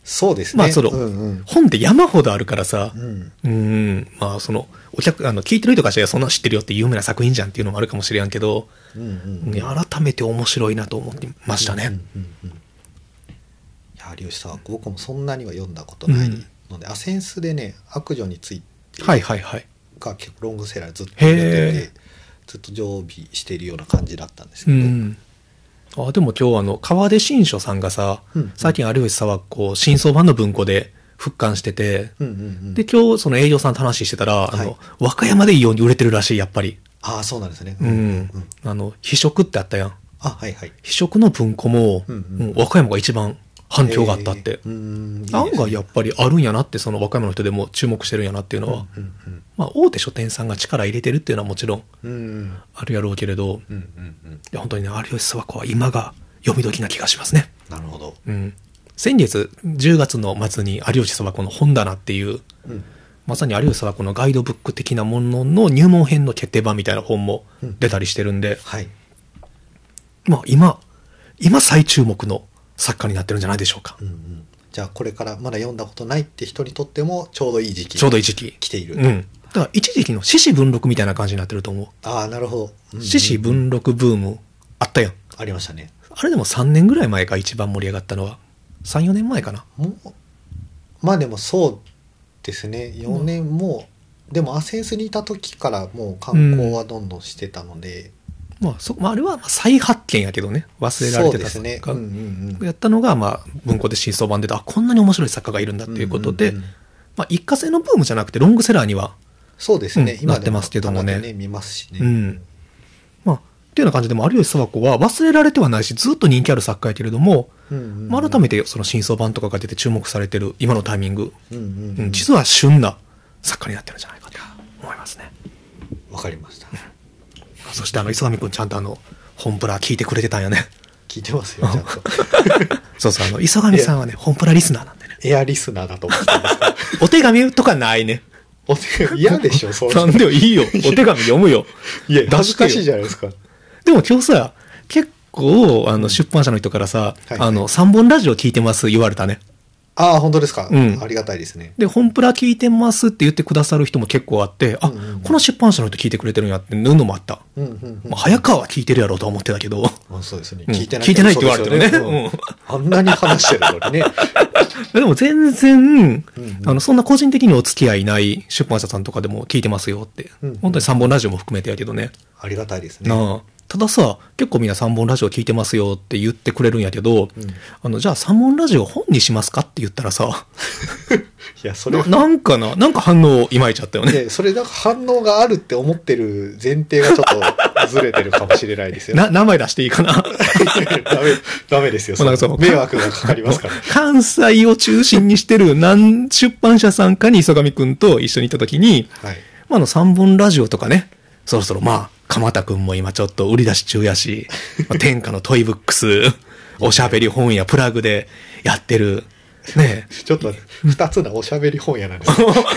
Speaker 2: そうですね。
Speaker 1: まあその、
Speaker 2: うんうん。
Speaker 1: 本って山ほどあるからさ、
Speaker 2: うん。
Speaker 1: まあその、聞いてる人からしたらそんな知ってるよって有名な作品じゃんっていうのもあるかもしれんけど、
Speaker 2: うんうん。
Speaker 1: 改めて面白いなと思ってましたね。
Speaker 2: うんうんうん。いや、有吉さん、僕もそんなには読んだことないので、アセンスでね、悪女について
Speaker 1: はいはいはい。
Speaker 2: が結構ロングセラーずっと読んで
Speaker 1: へ
Speaker 2: て、ずっと常備しているような感じだったんです
Speaker 1: う
Speaker 2: けど、
Speaker 1: ん。でも今日川出新書さんがさ、
Speaker 2: うん
Speaker 1: 最近有吉沢はこう、新装版の文庫で復刊してて、
Speaker 2: うんうんうん。
Speaker 1: で、今日その営業さんと話してたら、
Speaker 2: はい
Speaker 1: 和歌山でいいように売れてるらしい、やっぱり。
Speaker 2: ああ、そうなんですね。
Speaker 1: うん。非色ってあったやん。
Speaker 2: あ、はいはい。
Speaker 1: 非色の文庫も、
Speaker 2: うんうん
Speaker 1: 和歌山が一番反響があったって。
Speaker 2: いいですね
Speaker 1: 案外やっぱりあるんやなって、その和歌山の人でも注目してるんやなっていうのは、
Speaker 2: うん
Speaker 1: まあ大手書店さんが力入れてるっていうのはもちろん
Speaker 2: うんうん
Speaker 1: あるやろうけれど、
Speaker 2: うんうんうん。
Speaker 1: いや本当にね、有吉沢子は今が読み時な気がしますね。
Speaker 2: なるほど。
Speaker 1: うん。先月10月の末に有吉沢子の本棚っていう、
Speaker 2: うん
Speaker 1: まさに有吉沢子のガイドブック的なものの入門編の決定版みたいな本も出たりしてるんで、
Speaker 2: はい。
Speaker 1: まあ今最注目の作家になってるんじゃないでしょうか。
Speaker 2: うんうん。じゃあこれからまだ読んだことないって人にとってもちょうどいい時期。
Speaker 1: ちょうどいい時期。
Speaker 2: 来ている。
Speaker 1: うん。だから一時期の獅子文録みたいな感じになってると思
Speaker 2: ああ、なるほど。うん
Speaker 1: う。
Speaker 2: うん
Speaker 1: 獅子文録ブームあったやん。
Speaker 2: ありましたね。
Speaker 1: あれでも3年ぐらい前か一番盛り上がったのは。3、4年前かな。
Speaker 2: もう、まあでもそうですね。4年も、でもアセンスにいた時からもう観光はどんどんしてたので、
Speaker 1: まああれは再発見やけどね。忘れられ
Speaker 2: そう
Speaker 1: てた
Speaker 2: ですね。
Speaker 1: 作家
Speaker 2: うんうんうん。
Speaker 1: やったのが、まあ文庫で新装版で、こんなに面白い作家がいるんだっていうことで、
Speaker 2: うんうんうん
Speaker 1: まあ一過性のブームじゃなくてロングセラーには、
Speaker 2: そうですね。今
Speaker 1: なってますけどもね
Speaker 2: たまに見ますしね。
Speaker 1: うんまあ、っていうような感じでも有吉佐和子は忘れられてはないし、ずっと人気ある作家やけれども、
Speaker 2: うんうんうん
Speaker 1: まあ改めてその新装版とかが出て注目されてる今のタイミング、
Speaker 2: うんうん
Speaker 1: う
Speaker 2: うんん。
Speaker 1: 実は旬な作家になってるんじゃないかと思いますね。
Speaker 2: わかりました。
Speaker 1: そして磯上くんちゃんと本プラ聞いてくれてたんよね。
Speaker 2: 聞いてますよ、ちゃんと。
Speaker 1: そうそう、磯上さんはね、本プラリスナーなんでね。
Speaker 2: エアリスナーだと思ってたんですか。
Speaker 1: お手紙とかないね。
Speaker 2: お手紙嫌でしょ、そ
Speaker 1: なんでよ、いいよ。お手紙読むよ。
Speaker 2: いや、
Speaker 1: 出してよ
Speaker 2: 恥ずかしいじゃないですか。
Speaker 1: でも今日さ、結構、出版社の人からさ、
Speaker 2: はいはい
Speaker 1: 3本ラジオ聞いてます言われたね。
Speaker 2: ああ、本当ですか。
Speaker 1: うん
Speaker 2: ありがたいですね。
Speaker 1: で、本プラ聞いてますって言ってくださる人も結構あって、
Speaker 2: うんうんうん
Speaker 1: この出版社の人聞いてくれてるんやっていうのもあった。
Speaker 2: うんうんうん。
Speaker 1: まあ、早川は聞いてるやろうとは思ってたけど、
Speaker 2: あそうですね。
Speaker 1: うん
Speaker 2: 聞いてない。
Speaker 1: 聞いてないって言われてるね
Speaker 2: そうですよねあんなに話してるのにね。
Speaker 1: でも全然、
Speaker 2: うんうん
Speaker 1: そんな個人的にお付き合いない出版社さんとかでも聞いてますよって。
Speaker 2: うんうん
Speaker 1: 本当に3本ラジオも含めてやけどね。
Speaker 2: ありがたいですね。
Speaker 1: なあ。たださ、結構みんな3本ラジオ聞いてますよって言ってくれるんやけど、じゃあ3本ラジオ本にしますかって言ったらさ、
Speaker 2: いや、それ
Speaker 1: なんか反応いまいちゃったよね。
Speaker 2: で、それなんか反応があるって思ってる前提がちょっとずれてるかもしれないですよ。
Speaker 1: 名前出していいかな
Speaker 2: ダメですよ。
Speaker 1: もうなんかその
Speaker 2: 迷惑がかかりますから。
Speaker 1: 関西を中心にしてる何出版社さんかに磯上くんと一緒に行った時に、
Speaker 2: はい。
Speaker 1: まあ、3本ラジオとかね、そろそろ鎌田くんも今ちょっと売り出し中やし、天下のトイブックス、おしゃべり本やプラグでやってる、ね
Speaker 2: ちょっと二つなおしゃべり本屋なんです。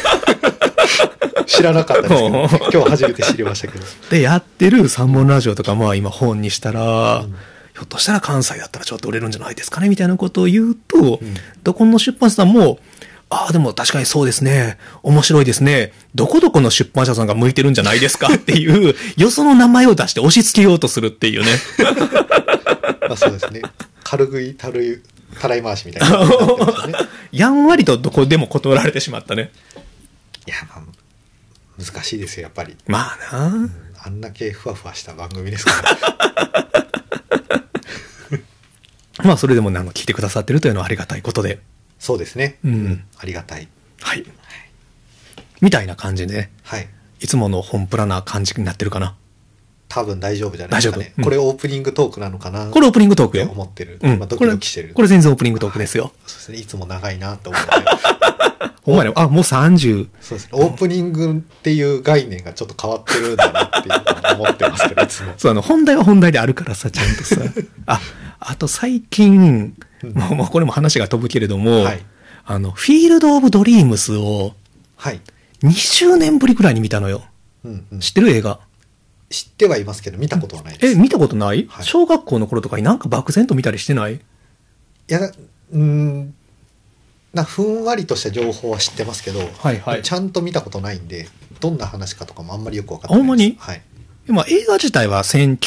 Speaker 2: 知らなかったですけど、今日初めて知りましたけど。
Speaker 1: でやってる3本ラジオとか今本にしたら、ひょっとしたら関西だったらちょっと売れるんじゃないですかねみたいなことを言うと、どこの出版社さんも、でも確かにそうですね。面白いですね。どこどこの出版社さんが向いてるんじゃないですかっていう、よその名前を出して押し付けようとするっていうね。
Speaker 2: まあそうですね。軽食い、たらい回しみたいな感じになってますね。
Speaker 1: やんわりとどこでも断られてしまったね。
Speaker 2: いや、まあ、難しいですよ、やっぱり。
Speaker 1: まあな、
Speaker 2: あんだけふわふわした番組ですから。
Speaker 1: まあそれでも聞いてくださってるというのはありがたいことで。
Speaker 2: そうですね。
Speaker 1: うん
Speaker 2: ありがたい。
Speaker 1: はい。みたいな感じでね。
Speaker 2: はい。
Speaker 1: いつもの本プラな感じになってるかな。
Speaker 2: 多分大丈夫じゃないですかね。
Speaker 1: 大丈夫うん
Speaker 2: これオープニングトークなのかな
Speaker 1: これオープニングトークよ。
Speaker 2: って思ってる。
Speaker 1: うん。
Speaker 2: まあドキドキしてる。
Speaker 1: これ全然オープニングトークですよ。
Speaker 2: そうですね。いつも長いなと思って。
Speaker 1: ほんまに、もう30。
Speaker 2: そうですね。オープニングっていう概念がちょっと変わってるんだなっていうのを思ってますけど、いつも。
Speaker 1: そう、本題は本題であるからさ、ちゃんとさ。あと最近、もうこれも話が飛ぶけれども、
Speaker 2: はい。
Speaker 1: フィールド・オブ・ドリームスを
Speaker 2: はい。
Speaker 1: 20年ぶりくらいに見たのよ。
Speaker 2: うんうん。
Speaker 1: 知ってる映画？
Speaker 2: 知ってはいますけど、見たことはないです。
Speaker 1: 見たことない？
Speaker 2: はい
Speaker 1: 小学校の頃とかになんか漠然と見たりしてない？
Speaker 2: いや、 ふんわりとした情報は知ってますけど、
Speaker 1: はいはい。
Speaker 2: ちゃんと見たことないんで、どんな話かとかもあんまりよく分かってないです。
Speaker 1: ほんまに
Speaker 2: はい。
Speaker 1: まあ、映画自体は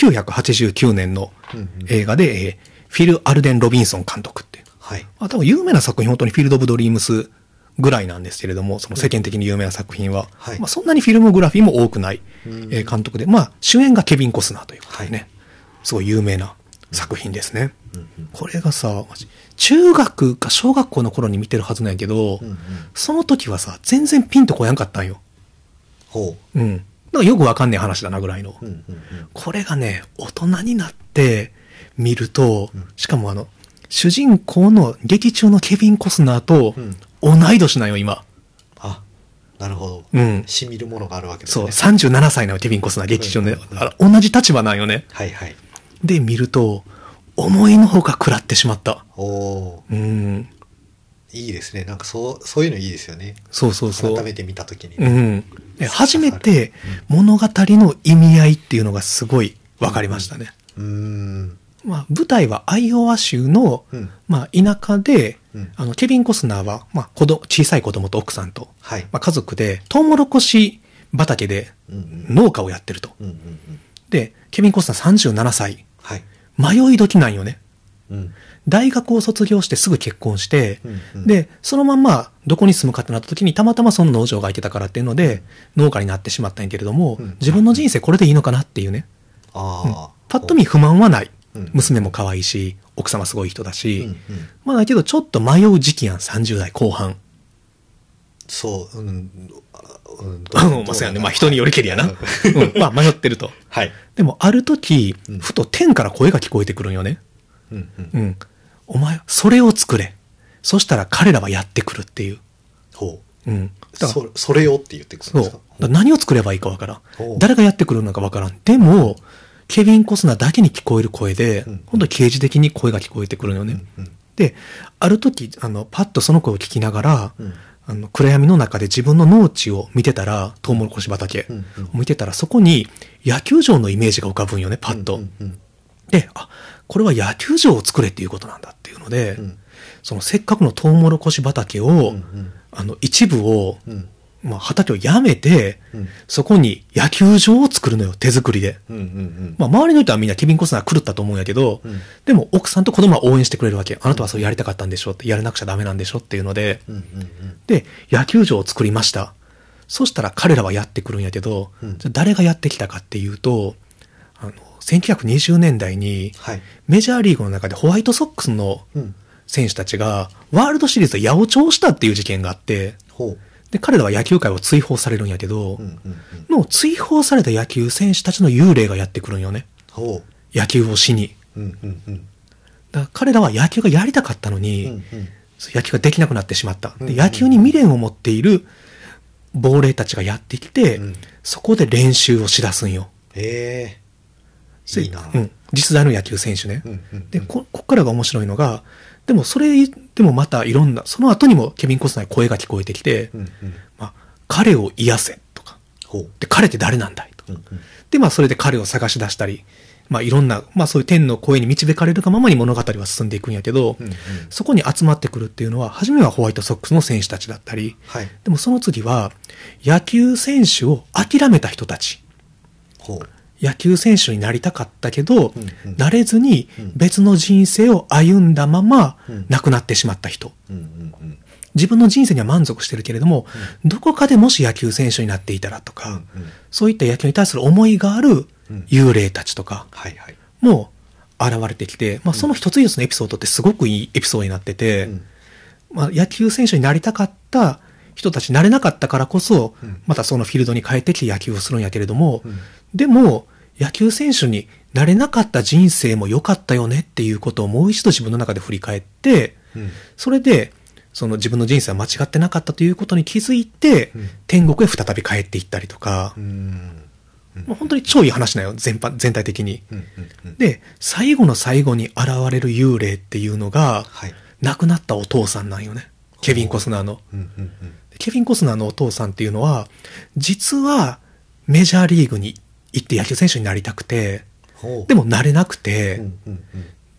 Speaker 1: 1989年の
Speaker 2: うんうん
Speaker 1: 映画で、フィル・アルデン・ロビンソン監督っていう。
Speaker 2: はい。
Speaker 1: まあ、多分有名な作品、本当にフィールド・オブ・ドリームスぐらいなんですけれども、その世間的に有名な作品は、
Speaker 2: はい
Speaker 1: まあ、そんなにフィルモグラフィーも多くない、
Speaker 2: うん
Speaker 1: 監督で、まあ、主演がケビン・コスナーということでね、すごい有名な作品ですね。
Speaker 2: うんうん
Speaker 1: これがさ、中学か小学校の頃に見てるはずなんやけど、
Speaker 2: うんうん
Speaker 1: その時はさ、全然ピンとこやんかったんよ。
Speaker 2: ほ
Speaker 1: うん。だからよくわかんない話だなぐらいの。
Speaker 2: う。うんうんうん
Speaker 1: これがね、大人になって見ると、
Speaker 2: うん
Speaker 1: しかも主人公の劇中のケビン・コスナーと同い年なんよ、今。
Speaker 2: あ、なるほど。
Speaker 1: うん。
Speaker 2: しみるものがあるわけです
Speaker 1: そう、
Speaker 2: ね。
Speaker 1: 37歳のケビン・コスナー、劇中ね、同じ立場なんよね。
Speaker 2: はいはい。
Speaker 1: で、見ると、思いのほか食らってしまった。
Speaker 2: おお
Speaker 1: うん。
Speaker 2: ー、いいですね。なんかそういうのいいですよね。
Speaker 1: そうそうそう。
Speaker 2: 改めて見たときに。
Speaker 1: うん。で初めて物語の意味合いっていうのがすごい分かりましたね。
Speaker 2: うーん。
Speaker 1: まあ、舞台はアイオワ州の、
Speaker 2: うん
Speaker 1: まあ、田舎で、
Speaker 2: うん
Speaker 1: ケビン・コスナーは、まあ、小さい子供と奥さんと、
Speaker 2: はい。
Speaker 1: まあ、家族で、トウモロコシ畑で
Speaker 2: うんうん
Speaker 1: 農家をやってると。
Speaker 2: うんうんうん。
Speaker 1: で、ケビン・コスナー37歳。
Speaker 2: はい。
Speaker 1: 迷い時なんよね。
Speaker 2: うん。
Speaker 1: 大学を卒業してすぐ結婚して、
Speaker 2: うんうん
Speaker 1: で、そのまんまどこに住むかってなった時にたまたまその農場が空いてたからっていうので、農家になってしまったんやけれども、
Speaker 2: うん
Speaker 1: 自分の人生これでいいのかなっていうね。
Speaker 2: ああ。
Speaker 1: パッと見不満はない。
Speaker 2: うん
Speaker 1: 娘も可愛いし、奥様すごい人だし、
Speaker 2: うんうん。
Speaker 1: まあだけどちょっと迷う時期やん、30代後半。
Speaker 2: そう、うん。
Speaker 1: まあそうやね。まあ人によりけりやな。
Speaker 2: うん
Speaker 1: まあ迷ってると。
Speaker 2: はい。
Speaker 1: でもある時
Speaker 2: うん、
Speaker 1: ふと天から声が聞こえてくるんよね。
Speaker 2: うんうん。
Speaker 1: うん。お前、それを作れ。そしたら彼らはやってくるっていう。
Speaker 2: ほ
Speaker 1: うん。
Speaker 2: う。
Speaker 1: だから
Speaker 2: それをって言ってくるん
Speaker 1: そう。
Speaker 2: ですか。
Speaker 1: だから何を作ればいいかわからん
Speaker 2: ほう。
Speaker 1: 誰がやってくるのかわからん。でも、ケビン・コスナーだけに聞こえる声で、
Speaker 2: うん
Speaker 1: 本当に刑事的に声が聞こえてくるのよね。
Speaker 2: うんうん
Speaker 1: で、ある時、パッとその声を聞きながら、
Speaker 2: うん
Speaker 1: 暗闇の中で自分の農地を見てたら、トウモロコシ畑
Speaker 2: うんうん
Speaker 1: を見てたら、そこに野球場のイメージが浮かぶんよね、パッと。
Speaker 2: うんうん
Speaker 1: で、あ、これは野球場を作れっていうことなんだっていうので、
Speaker 2: うん
Speaker 1: そのせっかくのトウモロコシ畑を、
Speaker 2: うん
Speaker 1: 一部を、
Speaker 2: うん
Speaker 1: まあ、畑をやめて、
Speaker 2: うん
Speaker 1: そこに野球場を作るのよ、手作りで。
Speaker 2: うんうん
Speaker 1: まあ、周りの人はみんなケビン・コスナー狂ったと思うんやけど、
Speaker 2: うん
Speaker 1: でも奥さんと子供は応援してくれるわけ。あなたはそれやりたかったんでしょって、やらなくちゃダメなんでしょっていうので、
Speaker 2: うんうん
Speaker 1: で、野球場を作りました。そしたら彼らはやってくるんやけど、
Speaker 2: うん
Speaker 1: じゃあ誰がやってきたかっていうと、1920年代に
Speaker 2: はい。
Speaker 1: メジャーリーグの中でホワイトソックスの
Speaker 2: うん。
Speaker 1: 選手たちがワールドシリーズで八百長したっていう事件があって、
Speaker 2: ほう。
Speaker 1: で、彼らは野球界を追放されるんやけど、
Speaker 2: うんうんうん。
Speaker 1: の追放された野球選手たちの幽霊がやってくるんよね。
Speaker 2: ほ
Speaker 1: 野球をしに。
Speaker 2: う。うんうんうん。
Speaker 1: だから彼らは野球がやりたかったのに、
Speaker 2: うんうん
Speaker 1: 野球ができなくなってしまった。で、
Speaker 2: うん
Speaker 1: 野球に未練を持っている亡霊たちがやってきて、
Speaker 2: うん
Speaker 1: そこで練習をしだすんよ。
Speaker 2: ええ。いいな。
Speaker 1: うん。実在の野球選手ね。
Speaker 2: うんうんうん
Speaker 1: で、こっからが面白いのが、でもそれでもまたいろんな、その後にもケビン・コスナーに声が聞こえてきて、
Speaker 2: うんうん。
Speaker 1: まあ、彼を癒せとか、
Speaker 2: ほう。
Speaker 1: で、彼って誰なんだいとか。
Speaker 2: うんうん。
Speaker 1: で、まあ、それで彼を探し出したり、まあ、いろんな、まあ、そういう天の声に導かれるがままに物語は進んでいくんやけど、
Speaker 2: うんうん
Speaker 1: そこに集まってくるっていうのは、初めはホワイトソックスの選手たちだったり、
Speaker 2: はい。
Speaker 1: でもその次は、野球選手を諦めた人たち。
Speaker 2: ほう。
Speaker 1: 野球選手になりたかったけど、
Speaker 2: うんうん
Speaker 1: なれずに
Speaker 2: うん
Speaker 1: 別の人生を歩んだまま
Speaker 2: うん
Speaker 1: 亡くなってしまった人。
Speaker 2: うんうんうん。
Speaker 1: 自分の人生には満足してるけれども、どこかでもし野球選手になっていたらとか、
Speaker 2: うんうん
Speaker 1: そういった野球に対する思いがある幽霊たちとか
Speaker 2: はいはい。
Speaker 1: も現れてきて、まあ、その一つ一つのエピソードってすごくいいエピソードになってて、
Speaker 2: うん
Speaker 1: まあ、野球選手になりたかった人たち、なれなかったからこそ
Speaker 2: うん、
Speaker 1: またそのフィールドに帰ってきて野球をするんやけれども、
Speaker 2: うん
Speaker 1: でも、野球選手になれなかった人生も良かったよねっていうことをもう一度自分の中で振り返って、
Speaker 2: うん
Speaker 1: それで、その自分の人生は間違ってなかったということに気づいて、
Speaker 2: うん
Speaker 1: 天国へ再び帰っていったりとか、
Speaker 2: うん
Speaker 1: もう本当に超いい話なよ、全体的に。
Speaker 2: うんうん。
Speaker 1: で、最後の最後に現れる幽霊っていうのが、
Speaker 2: はい。
Speaker 1: 亡くなったお父さんなんよね。ケビン・コスナーの。
Speaker 2: うんうんうん。
Speaker 1: ケビン・コスナーのお父さんっていうのは、実はメジャーリーグに行って野球選手になりたくて、
Speaker 2: ほう。
Speaker 1: でもなれなくて、
Speaker 2: うんうんうん。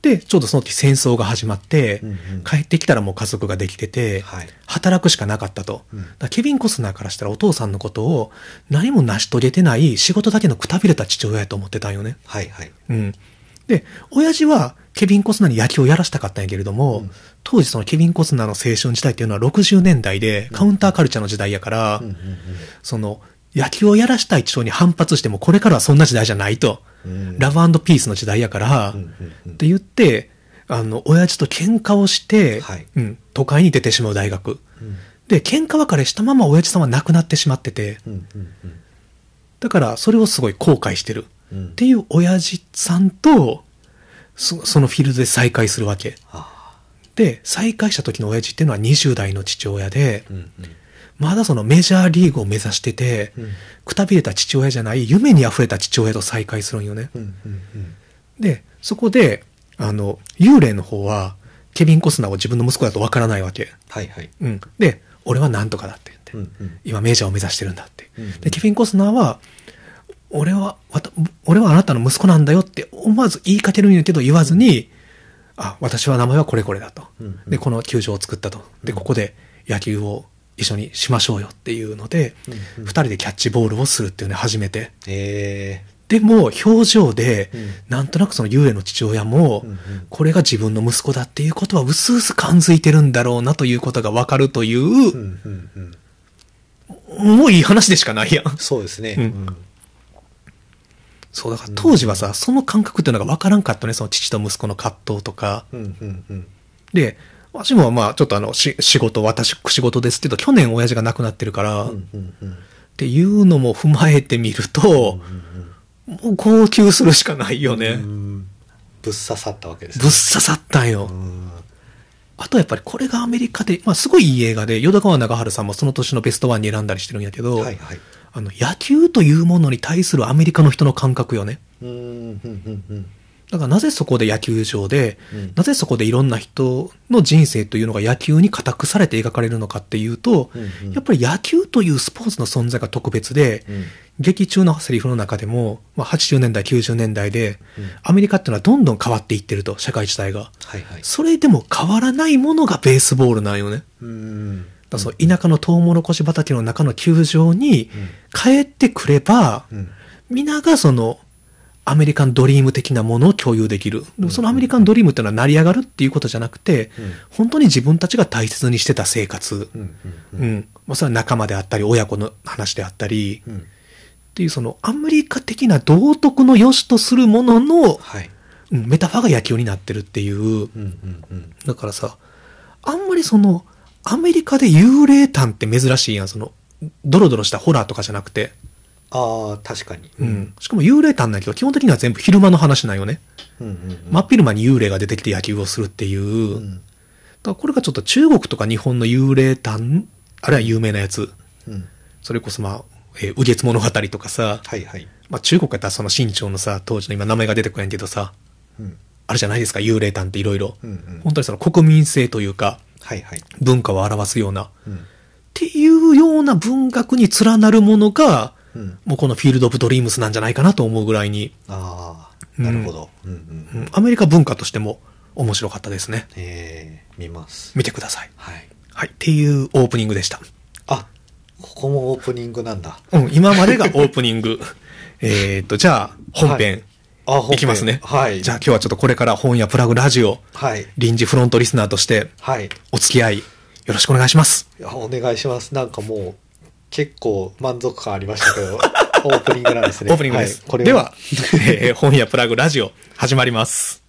Speaker 1: で、ちょうどその時戦争が始まって、
Speaker 2: うんうん
Speaker 1: 帰ってきたらもう家族ができてて、
Speaker 2: はい。
Speaker 1: 働くしかなかったと。
Speaker 2: うん
Speaker 1: だからケビン・コスナーからしたらお父さんのことを何も成し遂げてない仕事だけのくたびれた父親やと思ってたんよね。
Speaker 2: はいはい。
Speaker 1: うん。で、親父はケビン・コスナーに野球をやらしたかったんやけれども、
Speaker 2: うん
Speaker 1: 当時そのケビン・コスナーの青春時代っていうのは60年代でカウンターカルチャーの時代やから、
Speaker 2: うんうん
Speaker 1: その野球をやらしたい父親に反発してもこれからはそんな時代じゃないと。
Speaker 2: うん
Speaker 1: ラブ&ピースの時代やから、
Speaker 2: うんうんうん
Speaker 1: って言って、親父と喧嘩をして、
Speaker 2: はい
Speaker 1: 都会に出てしまう大学。
Speaker 2: うん
Speaker 1: で、喧嘩別れしたまま親父さんは亡くなってしまってて、
Speaker 2: うんうん
Speaker 1: だからそれをすごい後悔してる。
Speaker 2: うん
Speaker 1: っていう親父さんと、そのフィールドで再会するわけ。
Speaker 2: あ
Speaker 1: で、再会した時の親父っていうのは20代の父親で、
Speaker 2: ーうん
Speaker 1: まだそのメジャーリーグを目指してて、
Speaker 2: うん
Speaker 1: くたびれた父親じゃない夢に溢れた父親と再会するんよね。
Speaker 2: うんうんうん
Speaker 1: で、そこで、幽霊の方は、ケビン・コスナーを自分の息子だとわからないわけ。
Speaker 2: はいはい。
Speaker 1: うん。で、俺はなんとかだって言って、
Speaker 2: うんうん
Speaker 1: 今メジャーを目指してるんだって。
Speaker 2: うんうん
Speaker 1: で、ケビン・コスナーは、俺はあなたの息子なんだよって思わず言いかけるんやけど言わずに、私は名前はこれこれだと。
Speaker 2: うんうん
Speaker 1: で、この球場を作ったと。で、ここで野球を一緒にしましょうよっていうので、
Speaker 2: うんうん
Speaker 1: 二人でキャッチボールをするっていうね、初めて。
Speaker 2: え
Speaker 1: でも、表情で
Speaker 2: うん、
Speaker 1: なんとなくその幽霊の父親も
Speaker 2: うんうん、
Speaker 1: これが自分の息子だっていうことは、うすうす感づいてるんだろうなということがわかるという、
Speaker 2: うんうんうん
Speaker 1: もういい話でしかないやん。
Speaker 2: そうですね。
Speaker 1: うん
Speaker 2: うん
Speaker 1: そう、だから当時はさ、その感覚っていうのがわからんかったね、その父と息子の葛藤とか。
Speaker 2: うんうんうん
Speaker 1: で、私もまあ、ちょっと仕事ですけど、去年親父が亡くなってるから、っ
Speaker 2: うんうんうん
Speaker 1: ていうのも踏まえてみると、もう号泣するしかないよね。
Speaker 2: うんぶっ刺さったわけですね。
Speaker 1: ぶっ刺さったんよ。
Speaker 2: うん
Speaker 1: あとやっぱりこれがアメリカで、まあすごいいい映画で、淀川長春さんもその年のベストワンに選んだりしてるんやけど、
Speaker 2: はいはい。
Speaker 1: 野球というものに対するアメリカの人の感覚よね。
Speaker 2: うんうんうんうん
Speaker 1: だからなぜそこで野球場で、
Speaker 2: うん
Speaker 1: なぜそこでいろんな人の人生というのが野球に固くされて描かれるのかっていうと、
Speaker 2: うんうん
Speaker 1: やっぱり野球というスポーツの存在が特別で、
Speaker 2: うん
Speaker 1: 劇中のセリフの中でも、まあ、80年代、90年代で、
Speaker 2: うん
Speaker 1: アメリカっていうのはどんどん変わっていってると、社会自体が。
Speaker 2: はいはい。
Speaker 1: それでも変わらないものがベースボールなんよね。
Speaker 2: うん
Speaker 1: だからその田舎のトウモロコシ畑の中の球場に帰ってくれば、
Speaker 2: うん
Speaker 1: 皆がそのアメリカンドリーム的なものを共有できる。でもそのアメリカンドリームっていうのは成り上がるっていうことじゃなくて、
Speaker 2: うん
Speaker 1: 本当に自分たちが大切にしてた生活。
Speaker 2: うん
Speaker 1: うん。まあ、それは仲間であったり、親子の話であったり、
Speaker 2: うん
Speaker 1: っていうそのアメリカ的な道徳の良しとするものの、
Speaker 2: はい。
Speaker 1: メタファーが野球になってるっていう。
Speaker 2: うんうんうん
Speaker 1: だからさ、あんまりその、アメリカで幽霊譚って珍しいやん。その、ドロドロしたホラーとかじゃなくて。
Speaker 2: ああ、確かに。
Speaker 1: うん。しかも幽霊譚なんだけど、基本的には全部昼間の話なんよね。
Speaker 2: うんうん
Speaker 1: 真っ昼間に幽霊が出てきて野球をするっていう。
Speaker 2: うん
Speaker 1: だからこれがちょっと中国とか日本の幽霊譚、あるいは有名なやつ。
Speaker 2: うん
Speaker 1: それこそまあ、雨月物語とかさ、
Speaker 2: はいはい。
Speaker 1: まあ中国やったらその清朝のさ、当時の今名前が出てこないけどさ、
Speaker 2: うん
Speaker 1: あるじゃないですか、幽霊譚っていろいろ。
Speaker 2: うんうん
Speaker 1: 本当にその国民性というか、
Speaker 2: はいはい。
Speaker 1: 文化を表すような、っ
Speaker 2: うん
Speaker 1: ていうような文学に連なるものが、
Speaker 2: うん
Speaker 1: もうこのフィールド・オブ・ドリームスなんじゃないかなと思うぐらいに、
Speaker 2: ああ、なるほど。うんうん
Speaker 1: うんアメリカ文化としても面白かったですね。
Speaker 2: 見ます。
Speaker 1: 見てください。
Speaker 2: はい。
Speaker 1: はい。っていうオープニングでした。
Speaker 2: あ、ここもオープニングなんだ。
Speaker 1: うん、今までがオープニング。じゃあ、本編、
Speaker 2: あ、
Speaker 1: いきますね。
Speaker 2: はい。
Speaker 1: じゃあ今日はちょっとこれから本やプラグラジオ、
Speaker 2: はい。
Speaker 1: 臨時フロントリスナーとして
Speaker 2: はい。
Speaker 1: お付き合いよろしくお願いします。
Speaker 2: いやお願いします。なんかもう、結構満足感ありましたけど、オープニングなんですね。
Speaker 1: オープニングです。
Speaker 2: はいこれ
Speaker 1: では、本やプラグラジオ始まります。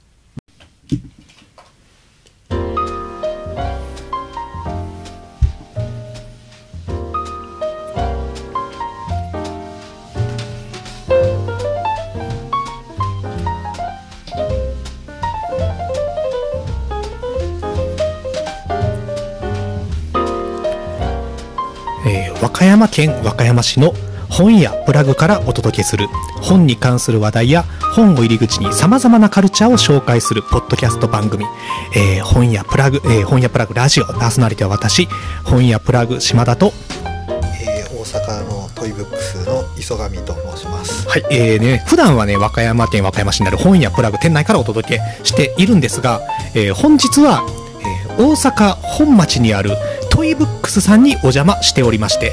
Speaker 1: 和歌山県和歌山市の本やプラグからお届けする本に関する話題や本を入り口に様々なカルチャーを紹介するポッドキャスト番組、本やプラグラジオパーソナリティは私本やプラグ島田と、
Speaker 2: 大阪のトイブックスの磯上と申します。
Speaker 1: はい、普段はね、和歌山県和歌山市にある本屋プラグ店内からお届けしているんですが、本日は、大阪本町にあるトイブックスさんにお邪魔しておりまして、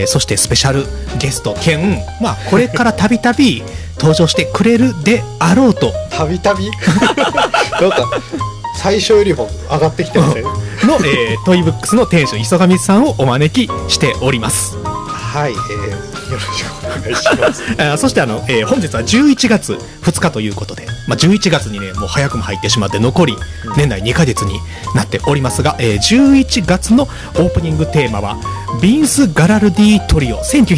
Speaker 1: そしてスペシャルゲスト兼、まあ、これからたびたび登場してくれるであろうと
Speaker 2: たびたびなんか最初よりも上がってきてますね
Speaker 1: の、トイブックスの店主磯上さんをお招きしております。
Speaker 2: はい、よろしくお願いします
Speaker 1: そして本日は11月2日ということで、まあ、11月にねもう早くも入ってしまって残り年内2ヶ月になっておりますが、11月のオープニングテーマはビンス・ガラルディトリオ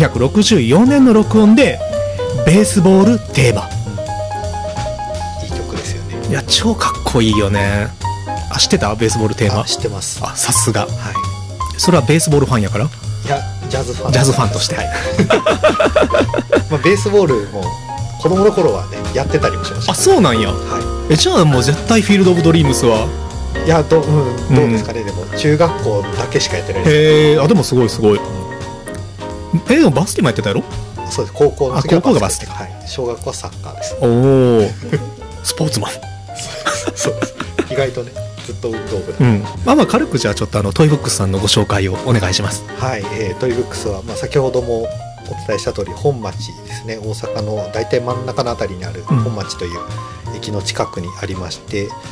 Speaker 1: 1964年の録音でベースボールテーマ、
Speaker 2: いい曲ですよね。
Speaker 1: いや超かっこいいよね。あ、知ってた？ベースボールテーマ。
Speaker 2: 知ってます。
Speaker 1: あ、さすが。
Speaker 2: はい。
Speaker 1: それはベースボールファンやから？
Speaker 2: いや、ジャズファン。
Speaker 1: ジャズファンとして。はい、
Speaker 2: まあベースボールも子供の頃はねやってたりもしました、ね。
Speaker 1: あ、そうなんや。
Speaker 2: はい。
Speaker 1: じゃあもう絶対フィールドオブドリームスは。
Speaker 2: いや、どうですかね、でも中学校だけしかやってないです。
Speaker 1: へえ、あ、でもすごいすごい。でもバスケもやってたやろ？
Speaker 2: そうです。高校の時は
Speaker 1: 高校がバスケか。
Speaker 2: はい。小学校はサッカーです。
Speaker 1: おお。スポーツマン。
Speaker 2: そうです。意外とね、ずっと運動部。
Speaker 1: うん。まあまあ軽くじゃあちょっとトイブックスさんのご紹介をお願いします。
Speaker 2: はい。トイブックスはまあ先ほどもお伝えした通り本町ですね。大阪の大体真ん中のあたりにある本町という駅の近くにありまして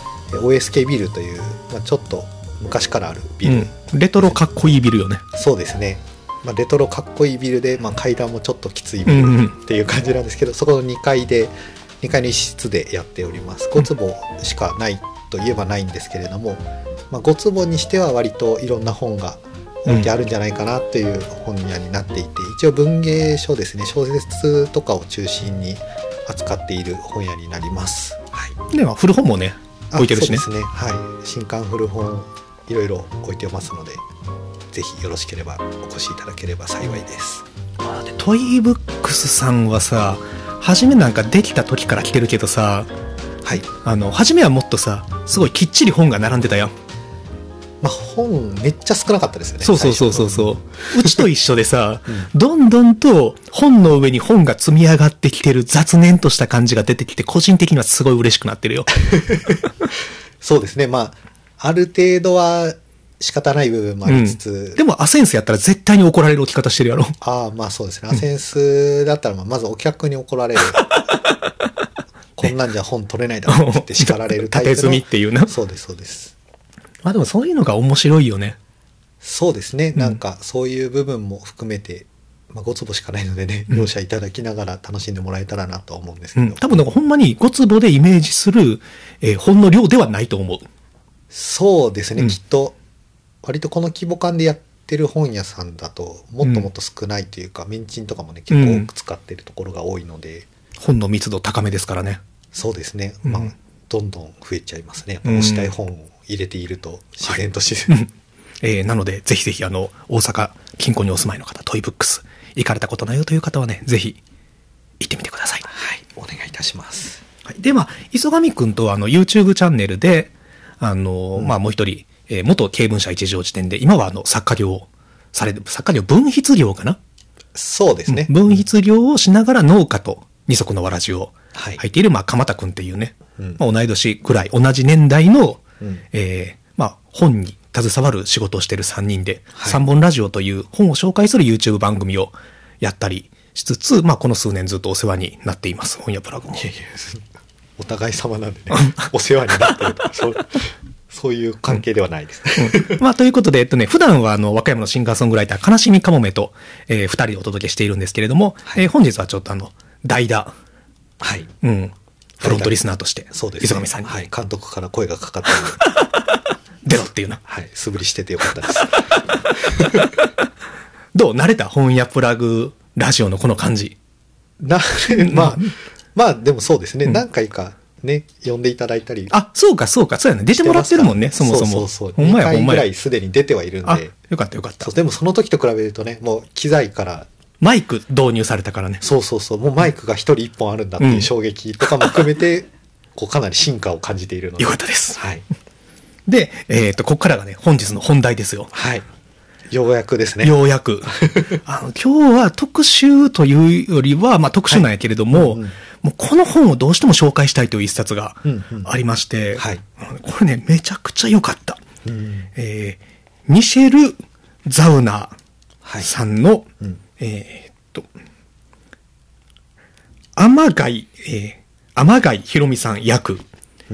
Speaker 2: 、OSK ビルという、まあ、ちょっと昔からあるビル、
Speaker 1: レトロかっこいいビルよね。
Speaker 2: そうですね。まあ、レトロかっこいいビルで、まあ、階段もちょっときついビルっていう感じなんですけど、そこの2階の一室でやっております。5坪しかないといえばないんですけれども、まあ、5坪にしては割といろんな本が置いてあるんじゃないかなという本屋になっていて、一応文芸書ですね、小説とかを中心に扱っている本屋になります。はい、
Speaker 1: では古本もね置いてるしね。
Speaker 2: そうですね。はい。新刊古本いろいろ置いてますので、ぜひよろしければお越しいただければ幸いです。
Speaker 1: でトイブックスさんはさ、初めなんかできた時から来てるけどさ、
Speaker 2: はい。
Speaker 1: 初めはもっとさ、すごいきっちり本が並んでたやん。
Speaker 2: まあ、本めっちゃ少なかったですよね。
Speaker 1: そううちと一緒でさ、どんどんと本の上に本が積み上がってきてる雑念とした感じが出てきて、個人的にはすごい嬉しくなってるよ。
Speaker 2: そうですね。まあある程度は仕方ない部分もありつつ、
Speaker 1: でもアセンスやったら絶対に怒られる置き方してるやろ。
Speaker 2: ああ、まあそうですね。アセンスだったらまずお客に怒られる。こんなんじゃ本取れないだろうって叱られるタイプの。
Speaker 1: 縦積みっていうな。
Speaker 2: そうです。
Speaker 1: まあでもそういうのが面白いよね。
Speaker 2: そうですね。なんかそういう部分も含めて、まあ、5坪しかないのでね、容赦いただきながら楽しんでもらえたらなと思うんですけど。
Speaker 1: 多分なんかほんまに5坪でイメージする、本の量ではないと思う。
Speaker 2: そうですね。きっと割とこの規模感でやってる本屋さんだともっともっと少ないというか、メンチンとかもね結構多く使ってるところが多いので、
Speaker 1: 本の密度高めですからね。
Speaker 2: そうですね。まあどんどん増えちゃいますね。やっぱ押したい本を入れていると自然と
Speaker 1: なのでぜひぜひ大阪近郊にお住まいの方、トイブックス行かれたことないよという方はね、ぜひ行ってみてください。
Speaker 2: はい、お願いいたします。
Speaker 1: はい、で磯上くんとはYouTube チャンネルでまあもう一人、元経文社一条辞典で今は作家業をされる、作家業文筆業かな。
Speaker 2: そうですね。
Speaker 1: 文筆業をしながら農家と二足のわらじを
Speaker 2: 入
Speaker 1: っている、鎌田くんっていうね、まあ、同い年くらい同じ年代の、まあ本に携わる仕事をしている3人で、3本ラジオという本を紹介する YouTube 番組をやったりしつつ、まあこの数年ずっとお世話になっています。本屋プラグも。
Speaker 2: お互い様なんでね、お世話になってるとか、そういう関係ではないですね。
Speaker 1: まあということで、普段は和歌山のシンガーソングライター、悲しみかもめと、2人でお届けしているんですけれども、本日はちょっと代打。
Speaker 2: はい。
Speaker 1: フロントリスナーとして、
Speaker 2: そうですね、
Speaker 1: 磯上さんに、
Speaker 2: はい、監督から声がかかった
Speaker 1: 出ろっていうな。
Speaker 2: はい、素振りしててよかったです。
Speaker 1: どう慣れた本屋プラグラジオのこの感じ。
Speaker 2: まあでもそうですね、何回かね呼んでいただいたり。
Speaker 1: あ、そうやね。出てもらってるもんね、そもそも。
Speaker 2: そう。2回ぐらいすでに出てはいるんで。
Speaker 1: あ、よかった。
Speaker 2: でもその時と比べるとね、もう機材から
Speaker 1: マイク導入されたからね。
Speaker 2: そうもうマイクが一人一本あるんだっていう衝撃とかも含めて、こうかなり進化を感じているので。
Speaker 1: よかったです。
Speaker 2: はい。
Speaker 1: で、ここからがね、本日の本題ですよ。
Speaker 2: はい。 ようやくですね。
Speaker 1: ようやく。今日は特集というよりは、まあ特集なんやけれども、
Speaker 2: うんうん
Speaker 1: もうこの本をどうしても紹介したいという一冊がありまして、
Speaker 2: はい。
Speaker 1: これね、めちゃくちゃ良かった。
Speaker 2: うん
Speaker 1: ミシェル・ザウナー
Speaker 2: はい。
Speaker 1: さんの、
Speaker 2: うん
Speaker 1: 天貝ひろみさん役、
Speaker 2: うん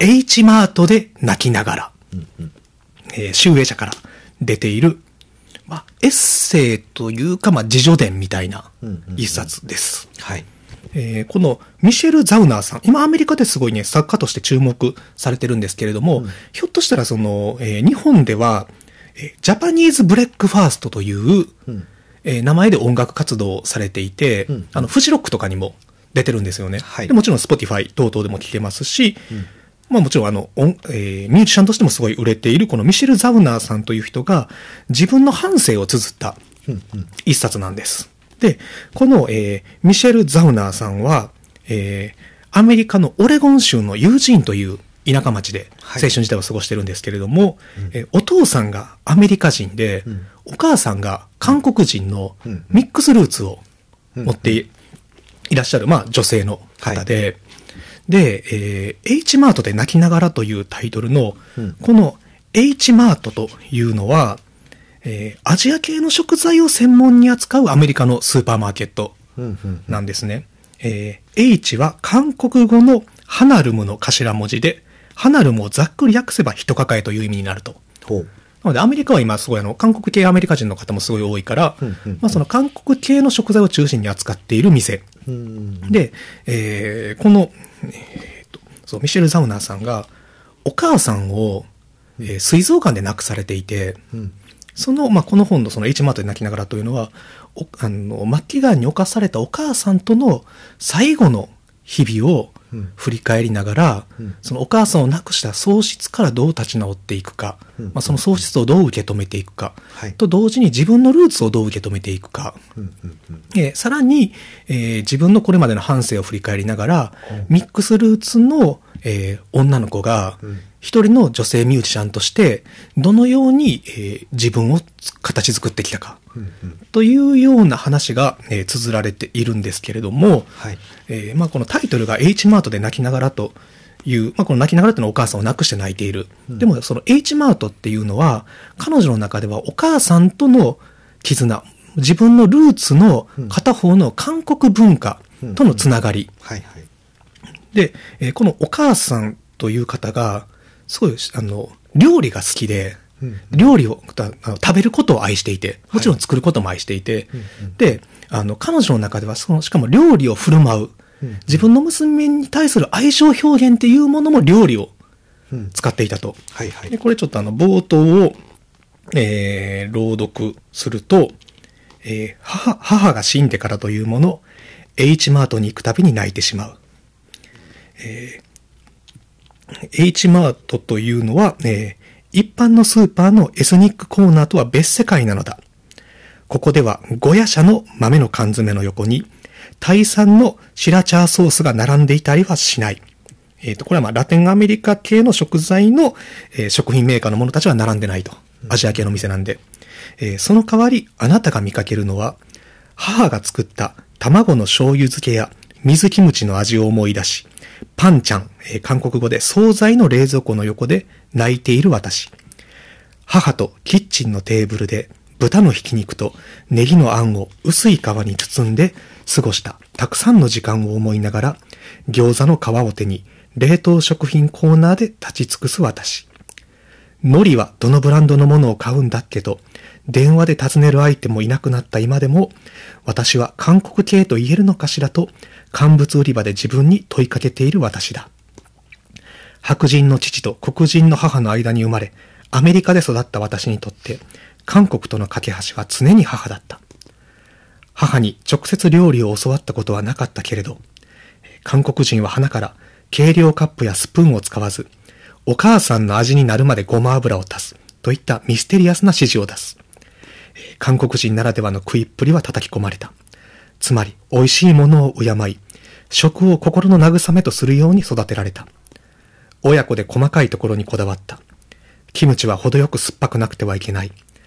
Speaker 1: H マートで泣きながら、
Speaker 2: うんうん
Speaker 1: 集英社から出ている、まあ、エッセイというか、まあ、自叙伝みたいな一冊です。
Speaker 2: はい。
Speaker 1: このミシェル・ザウナーさん、今アメリカですごいね、作家として注目されてるんですけれども、
Speaker 2: うん
Speaker 1: ひょっとしたら日本では、ジャパニーズ・ブレックファーストという、
Speaker 2: うん
Speaker 1: 名前で音楽活動をされていて、
Speaker 2: うん
Speaker 1: フジロックとかにも出てるんですよね。
Speaker 2: はい
Speaker 1: でもちろん Spotify 等々でも聴けますし、
Speaker 2: うん
Speaker 1: まあもちろんミュージシャンとしてもすごい売れているこのミシェル・ザウナーさんという人が自分の半生を綴った
Speaker 2: うんうん
Speaker 1: 一冊なんです。で、この、ミシェル・ザウナーさんは、アメリカのオレゴン州のユージーンという田舎町で
Speaker 2: はい
Speaker 1: 青春時代を過ごしてるんですけれども、お父さんがアメリカ人で、
Speaker 2: うん
Speaker 1: お母さんが韓国人の
Speaker 2: うん
Speaker 1: ミックスルーツを
Speaker 2: うん
Speaker 1: 持っていらっしゃる、まあ女性の方で、で、H マートで泣きながらというタイトルの、
Speaker 2: うん
Speaker 1: この H マートというのは、アジア系の食材を専門に扱うアメリカのスーパーマーケット
Speaker 2: うんうん
Speaker 1: なんですね。H は韓国語のハナルムの頭文字で、ハナルムをざっくり訳せば人抱えという意味になると。
Speaker 2: ほう。
Speaker 1: なのでアメリカは今すごい韓国系アメリカ人の方もすごい多いから、
Speaker 2: うんうん
Speaker 1: まあその韓国系の食材を中心に扱っている店。
Speaker 2: うん
Speaker 1: で、この、そうミシェル・ザウナーさんがお母さんを、膵臓癌で亡くされていて、
Speaker 2: うん
Speaker 1: まあ、この本のH マートで泣きながらというのは、末期癌に侵されたお母さんとの最後の日々を振り返りながら、
Speaker 2: うん
Speaker 1: そのお母さんを亡くした喪失からどう立ち直っていくか、
Speaker 2: うん
Speaker 1: まあ、その喪失をどう受け止めていくか、
Speaker 2: はい
Speaker 1: と同時に自分のルーツをどう受け止めていくか、
Speaker 2: うんうんうん
Speaker 1: さらに、自分のこれまでの半生を振り返りながら、
Speaker 2: うん
Speaker 1: ミックスルーツの、女の子が
Speaker 2: うん
Speaker 1: 一人の女性ミュージシャンとしてどのように、自分を形作ってきたか
Speaker 2: うんうん
Speaker 1: というような話が、綴られているんですけれども、
Speaker 2: はい。
Speaker 1: まあ、このタイトルが H マートで泣きながらという、まあ、この泣きながらというのはお母さんを亡くして泣いている。
Speaker 2: うん
Speaker 1: でもその H マートっていうのは彼女の中ではお母さんとの絆、自分のルーツの片方の韓国文化とのつながり。
Speaker 2: はいはい。
Speaker 1: で、このお母さんという方が、すごい、料理が好きで、
Speaker 2: うん
Speaker 1: 料理を、食べることを愛していて、もちろん作ることも愛していて、
Speaker 2: うんうん
Speaker 1: で、彼女の中では、しかも料理を振る舞う、
Speaker 2: うん
Speaker 1: 自分の娘に対する愛情表現っていうものも料理を
Speaker 2: うん
Speaker 1: 使っていたと。
Speaker 2: はいはい
Speaker 1: で、。これちょっと冒頭を、朗読すると、母が死んでからというもの、H マートに行くたびに泣いてしまう。H マートというのは、一般のスーパーのエスニックコーナーとは別世界なのだ。ここではゴヤ社の豆の缶詰の横にタイ産のシラチャーソースが並んでいたりはしない。これはまあラテンアメリカ系の食材の、食品メーカーのものたちは並んでないと。アジア系の店なんで。その代わりあなたが見かけるのは母が作った卵の醤油漬けや水キムチの味を思い出し、パンちゃん、韓国語で惣菜の冷蔵庫の横で泣いている私。母とキッチンのテーブルで豚のひき肉とネギのあんを薄い皮に包んで過ごしたたくさんの時間を思いながら、餃子の皮を手に冷凍食品コーナーで立ち尽くす私。海苔はどのブランドのものを買うんだっけと、電話で尋ねる相手もいなくなった今でも、私は韓国系と言えるのかしらと、乾物売り場で自分に問いかけている私だ。白人の父と黒人の母の間に生まれ、アメリカで育った私にとって、韓国との架け橋は常に母だった。母に直接料理を教わったことはなかったけれど、韓国人は花から計量カップやスプーンを使わず、お母さんの味になるまでごま油を足すといったミステリアスな指示を出す。韓国人ならではの食いっぷりは叩き込まれた。つまり、美味しいものを敬い、食を心の慰めとするように育てられた。親子で細かいところにこだわった。キムチは程よく酸っぱくなくてはいけない。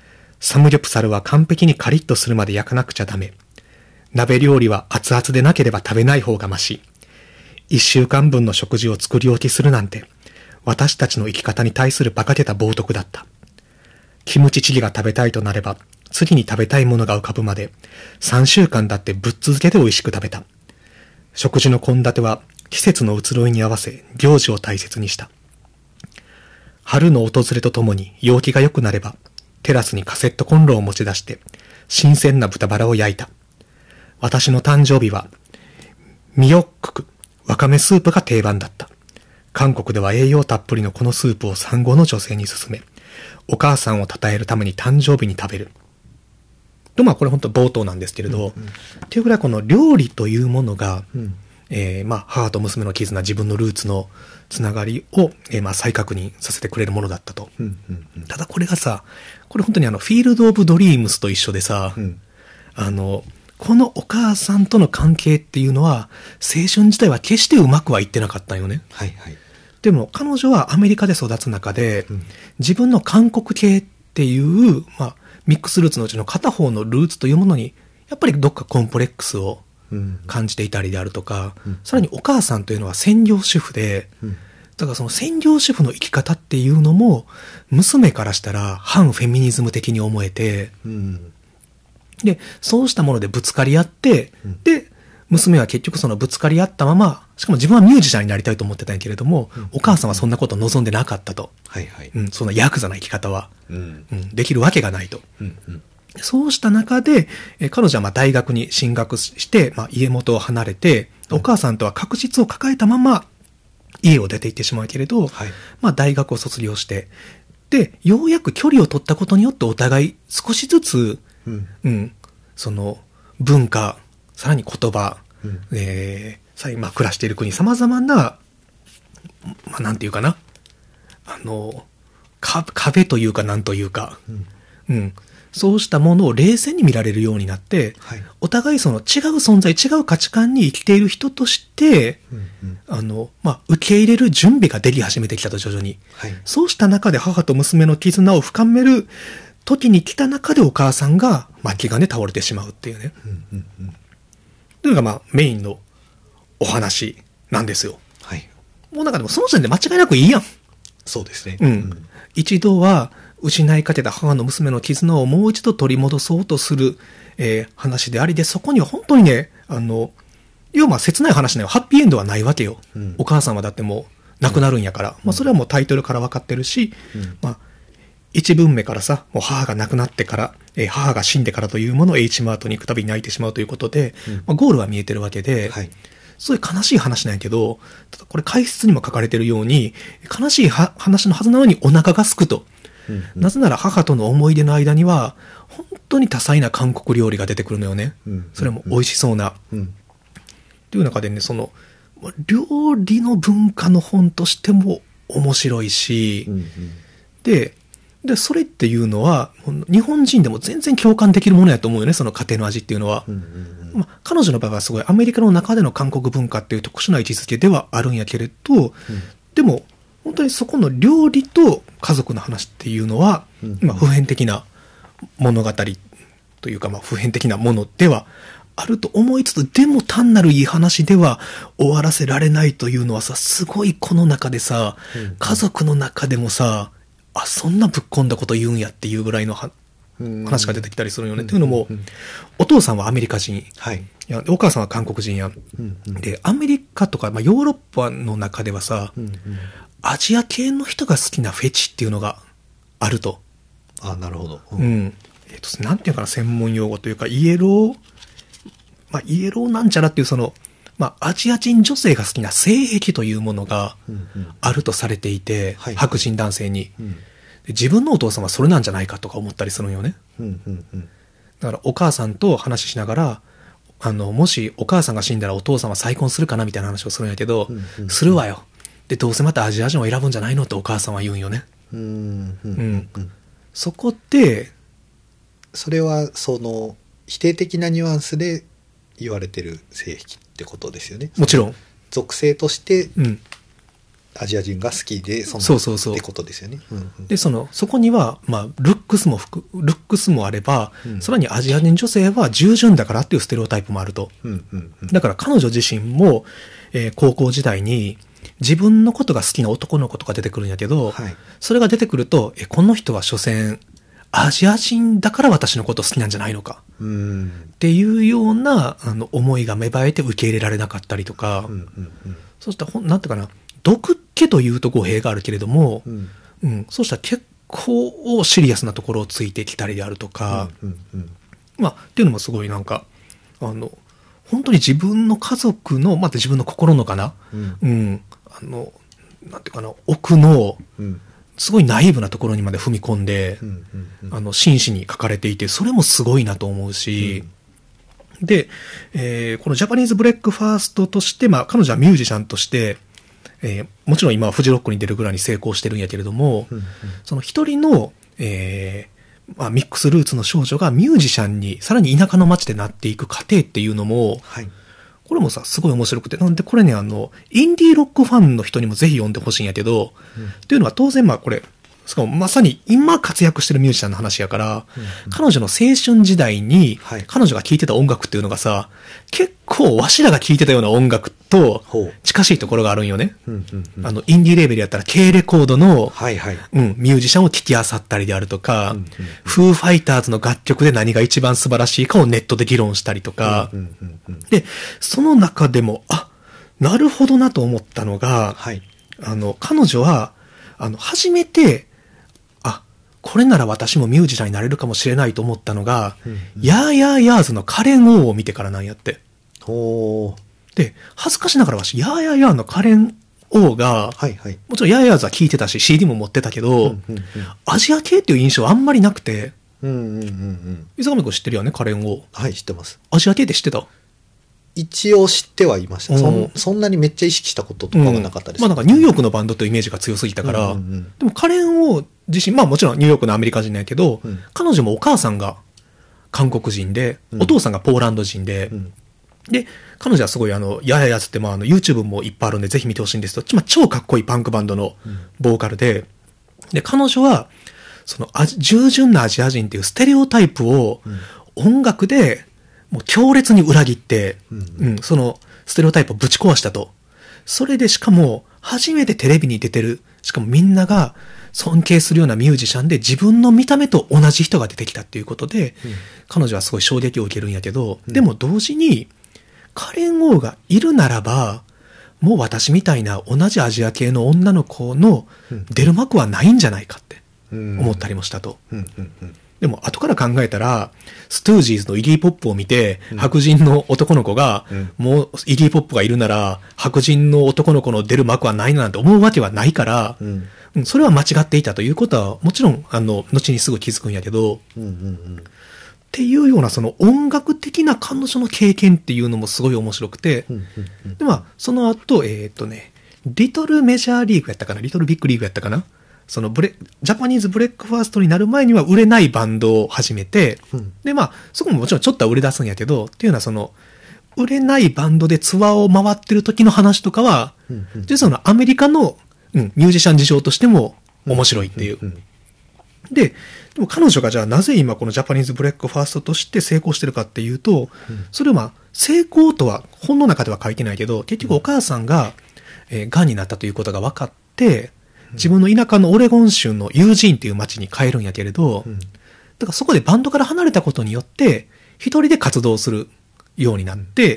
Speaker 1: サムギョプサルは完璧にカリッとするまで焼かなくちゃダメ。鍋料理は熱々でなければ食べない方がまし。1週間分の食事を作り置きするなんて、私たちの生き方に対する馬鹿げた冒涜だった。キムチチゲが食べたいとなれば、次に食べたいものが浮かぶまで、3週間だってぶっ続けで美味しく食べた。食事の献立は季節の移ろいに合わせ行事を大切にした。春の訪れとともに陽気が良くなれば、テラスにカセットコンロを持ち出して、新鮮な豚バラを焼いた。私の誕生日は、ミヨックク、わかめスープが定番だった。韓国では栄養たっぷりのこのスープを産後の女性に勧め、お母さんを称えるために誕生日に食べる。と、これ本当冒頭なんですけれど、っていうぐらいこの料理というものが、母と娘の絆、自分のルーツのつながりを、再確認させてくれるものだったと。ただこれがさ、これ本当にフィールド・オブ・ドリームスと一緒でさ、このお母さんとの関係っていうのは、青春時代は決してうまくはいってなかったんよね。
Speaker 2: はいはい。
Speaker 1: でも彼女はアメリカで育つ中で、自分の韓国系っていう、ミックスルーツのうちの片方のルーツというものに、やっぱりどっかコンプレックスを感じていたりであるとか、さらにお母さんというのは専業主婦で、だからその専業主婦の生き方っていうのも、娘からしたら反フェミニズム的に思えて、で、そうしたものでぶつかり合って、で、娘は結局そのぶつかり合ったまま、しかも自分はミュージシャンになりたいと思ってたんやけれども、お母さんはそんなことを望んでなかったと。そんなヤクザな生き方は、できるわけがないと。そうした中で、彼女は大学に進学して、家元を離れて、お母さんとは確執を抱えたまま、家を出て行ってしまうけれど、大学を卒業して、で、ようやく距離を取ったことによってお互い少しずつ、その文化、さらに言葉、暮らしている国、様々な、なんていうかな、壁というかなんというか、そうしたものを冷静に見られるようになって、お互いその違う存在、違う価値観に生きている人として、受け入れる準備ができ始めてきたと、徐々に。そうした中で母と娘の絆を深める時に来た中でお母さんが末期がんで倒れてしまうっていうね。というのがメインのお話なんですよ。もうでもその時点で間違いなくいいやん。
Speaker 2: そうですね。
Speaker 1: 一度は失いかけた母の娘の絆をもう一度取り戻そうとする、話でありで、そこには本当にね、要は切ない話なよ。ハッピーエンドはないわけよ。お母さんはだってもう亡くなるんやから。それはもうタイトルから分かってるし、一文目からさ、もう母が亡くなってから、母が死んでからというものを H マートに行くたびに泣いてしまうということで、ゴールは見えてるわけで、そういう悲しい話なんやけど、ただこれ解説にも書かれてるように、悲しい話のはずなのにお腹が空くと。なぜなら母との思い出の間には、本当に多彩な韓国料理が出てくるのよね。それも美味しそうな。という中でね、その、料理の文化の本としても面白いし、で、それっていうのは、日本人でも全然共感できるものやと思うよね、その家庭の味っていうのは。彼女の場合はすごいアメリカの中での韓国文化っていう特殊な位置づけではあるんやけれど、でも、本当にそこの料理と家族の話っていうのは、普遍的な物語というか、普遍的なものではあると思いつつ、でも単なるいい話では終わらせられないというのはさ、すごいこの中でさ、家族の中でもさ、そんなぶっ込んだこと言うんやっていうぐらいの話が出てきたりするよね。というのも、お父さんはアメリカ人。お母さんは韓国人や。で、アメリカとか、ヨーロッパの中ではさ、アジア系の人が好きなフェチっていうのがあると。
Speaker 2: なるほど。
Speaker 1: なんていうかな、専門用語というか、イエローなんちゃらっていうその、アジア人女性が好きな性癖というものがあるとされていて、白人男性に。自分のお父さんはそれなんじゃないかとか思ったりするよね。だからお母さんと話しながら、もしお母さんが死んだらお父さんは再婚するかなみたいな話をするんやけど、するわよ。で、どうせまたアジア人を選ぶんじゃないのってお母さんは言うんよね。そこって、
Speaker 2: それはその否定的なニュアンスで言われてる性癖ってことですよね。
Speaker 1: もちろん。
Speaker 2: 属性としてアジア人が好きで、
Speaker 1: そうそうそう
Speaker 2: ってことですよね。うんうん、
Speaker 1: で、そこには、まあ、ルックスもあれば、
Speaker 2: うん
Speaker 1: さらにアジア人女性は従順だからっていうステレオタイプもあると。
Speaker 2: うんうんうん、
Speaker 1: だから彼女自身も、高校時代に自分のことが好きな男の子とか出てくるんやけど、
Speaker 2: はい、
Speaker 1: それが出てくると、この人は所詮、アジア人だから私のこと好きなんじゃないのか。
Speaker 2: うん
Speaker 1: っていうような、思いが芽生えて受け入れられなかったりとか、
Speaker 2: うんうんうん
Speaker 1: そうしたら、なんていうかな、毒っ気というと語弊があるけれども、
Speaker 2: うん
Speaker 1: そうしたら結構シリアスなところをついてきたりであるとか、
Speaker 2: うんうん
Speaker 1: まあ、っていうのもすごいなんか、本当に自分の家族の、また自分の心のかな、
Speaker 2: うん
Speaker 1: なんていうかな、奥の、
Speaker 2: うん
Speaker 1: すごいナイーブなところにまで踏み込んで、
Speaker 2: うんうん
Speaker 1: 真摯に書かれていて、それもすごいなと思うし、で、このジャパニーズブレックファーストとして、まあ、彼女はミュージシャンとして、もちろん今はフジロックに出るぐらいに成功してるんやけれども、
Speaker 2: うん
Speaker 1: その一人の、まあ、ミックスルーツの少女がミュージシャンに、さらに田舎の街でなっていく過程っていうのも、
Speaker 2: はい
Speaker 1: これもさ、すごい面白くて、なんでこれね、インディーロックファンの人にもぜひ読んでほしいんやけど、っていうのは当然まあこれ、しかもまさに今活躍してるミュージシャンの話やから、彼女の青春時代に
Speaker 2: はい、
Speaker 1: 彼女が聴いてた音楽っていうのがさ、結構わしらが聴いてたような音楽と
Speaker 2: ほう
Speaker 1: 近しいところがあるんよね。
Speaker 2: うんうんうん
Speaker 1: インディーレーベルやったら K レコードの、
Speaker 2: はいはい
Speaker 1: ミュージシャンを聴き漁ったりであるとか、
Speaker 2: うんうん
Speaker 1: フーファイターズの楽曲で何が一番素晴らしいかをネットで議論したりとか、
Speaker 2: うんうんうん
Speaker 1: で、その中でも、なるほどなと思ったのが、
Speaker 2: はい
Speaker 1: 彼女は、初めて、これなら私もミュージシャンになれるかもしれないと思ったのが、
Speaker 2: うんうん
Speaker 1: ヤーヤーヤーズのカレン王を見てからなんやって。
Speaker 2: ほう
Speaker 1: で、恥ずかしながらわし、ヤーヤーヤーのカレン王が、
Speaker 2: はいはい
Speaker 1: もちろんヤーヤーズは聴いてたし、CD も持ってたけど、
Speaker 2: うんうん
Speaker 1: アジア系っていう印象あんまりなくて、
Speaker 2: うんうんうんうん
Speaker 1: 伊沢君知ってるよね、カレン王。
Speaker 2: はい知ってます
Speaker 1: アジア系って知ってた？
Speaker 2: 一応知ってはいました
Speaker 1: うん
Speaker 2: そんなにめっちゃ意識したこととかはなかったです、
Speaker 1: まあなんかニューヨークのバンドというイメージが強すぎたから、
Speaker 2: うんうんうん
Speaker 1: でもカレン王自身、まあもちろんニューヨークのアメリカ人なんやけど、
Speaker 2: うん
Speaker 1: 彼女もお母さんが韓国人で、
Speaker 2: うん
Speaker 1: お父さんがポーランド人で、
Speaker 2: うん
Speaker 1: で、彼女はすごいやややつってYouTube もいっぱいあるんでぜひ見てほしいんですけど、超かっこいいパンクバンドのボーカルで、で、彼女は、従順なアジア人っていうステレオタイプを音楽でもう強烈に裏切って、そのステレオタイプをぶち壊したと。それでしかも初めてテレビに出てる、しかもみんなが尊敬するようなミュージシャンで自分の見た目と同じ人が出てきたっていうことで、彼女はすごい衝撃を受けるんやけど、でも同時にカレン王がいるならば、もう私みたいな同じアジア系の女の子の出る幕はないんじゃないかって思ったりもしたと。
Speaker 2: うんうんうん
Speaker 1: でも後から考えたら、ストゥージーズのイギーポップを見て、白人の男の子が、もうイギーポップがいるなら、白人の男の子の出る幕はないなんて思うわけはないから、それは間違っていたということは、もちろん、後にすぐ気づくんやけど、
Speaker 2: うんうんうん
Speaker 1: っていうようなその音楽的な彼女の経験っていうのもすごい面白くて、
Speaker 2: うんうん
Speaker 1: で、まあ、その後、リトルメジャーリーグやったかな、リトルビッグリーグやったかな、ジャパニーズブレックファーストになる前には売れないバンドを始めて、
Speaker 2: うん
Speaker 1: で、まあ、そこももちろんちょっとは売れ出すんやけど、っていうのは売れないバンドでツアーを回ってる時の話とかは、
Speaker 2: うんうん
Speaker 1: 実はアメリカの、ミュージシャン事情としても面白いっていう。
Speaker 2: うん
Speaker 1: でも彼女がじゃあなぜ今このジャパニーズブレックファーストとして成功してるかっていうと、それは成功とは本の中では書いてないけど、結局お母さんが、癌になったということが分かって、自分の田舎のオレゴン州のユージーンっていう町に帰るんやけれど、
Speaker 2: うん
Speaker 1: だからそこでバンドから離れたことによって、一人で活動するようになって、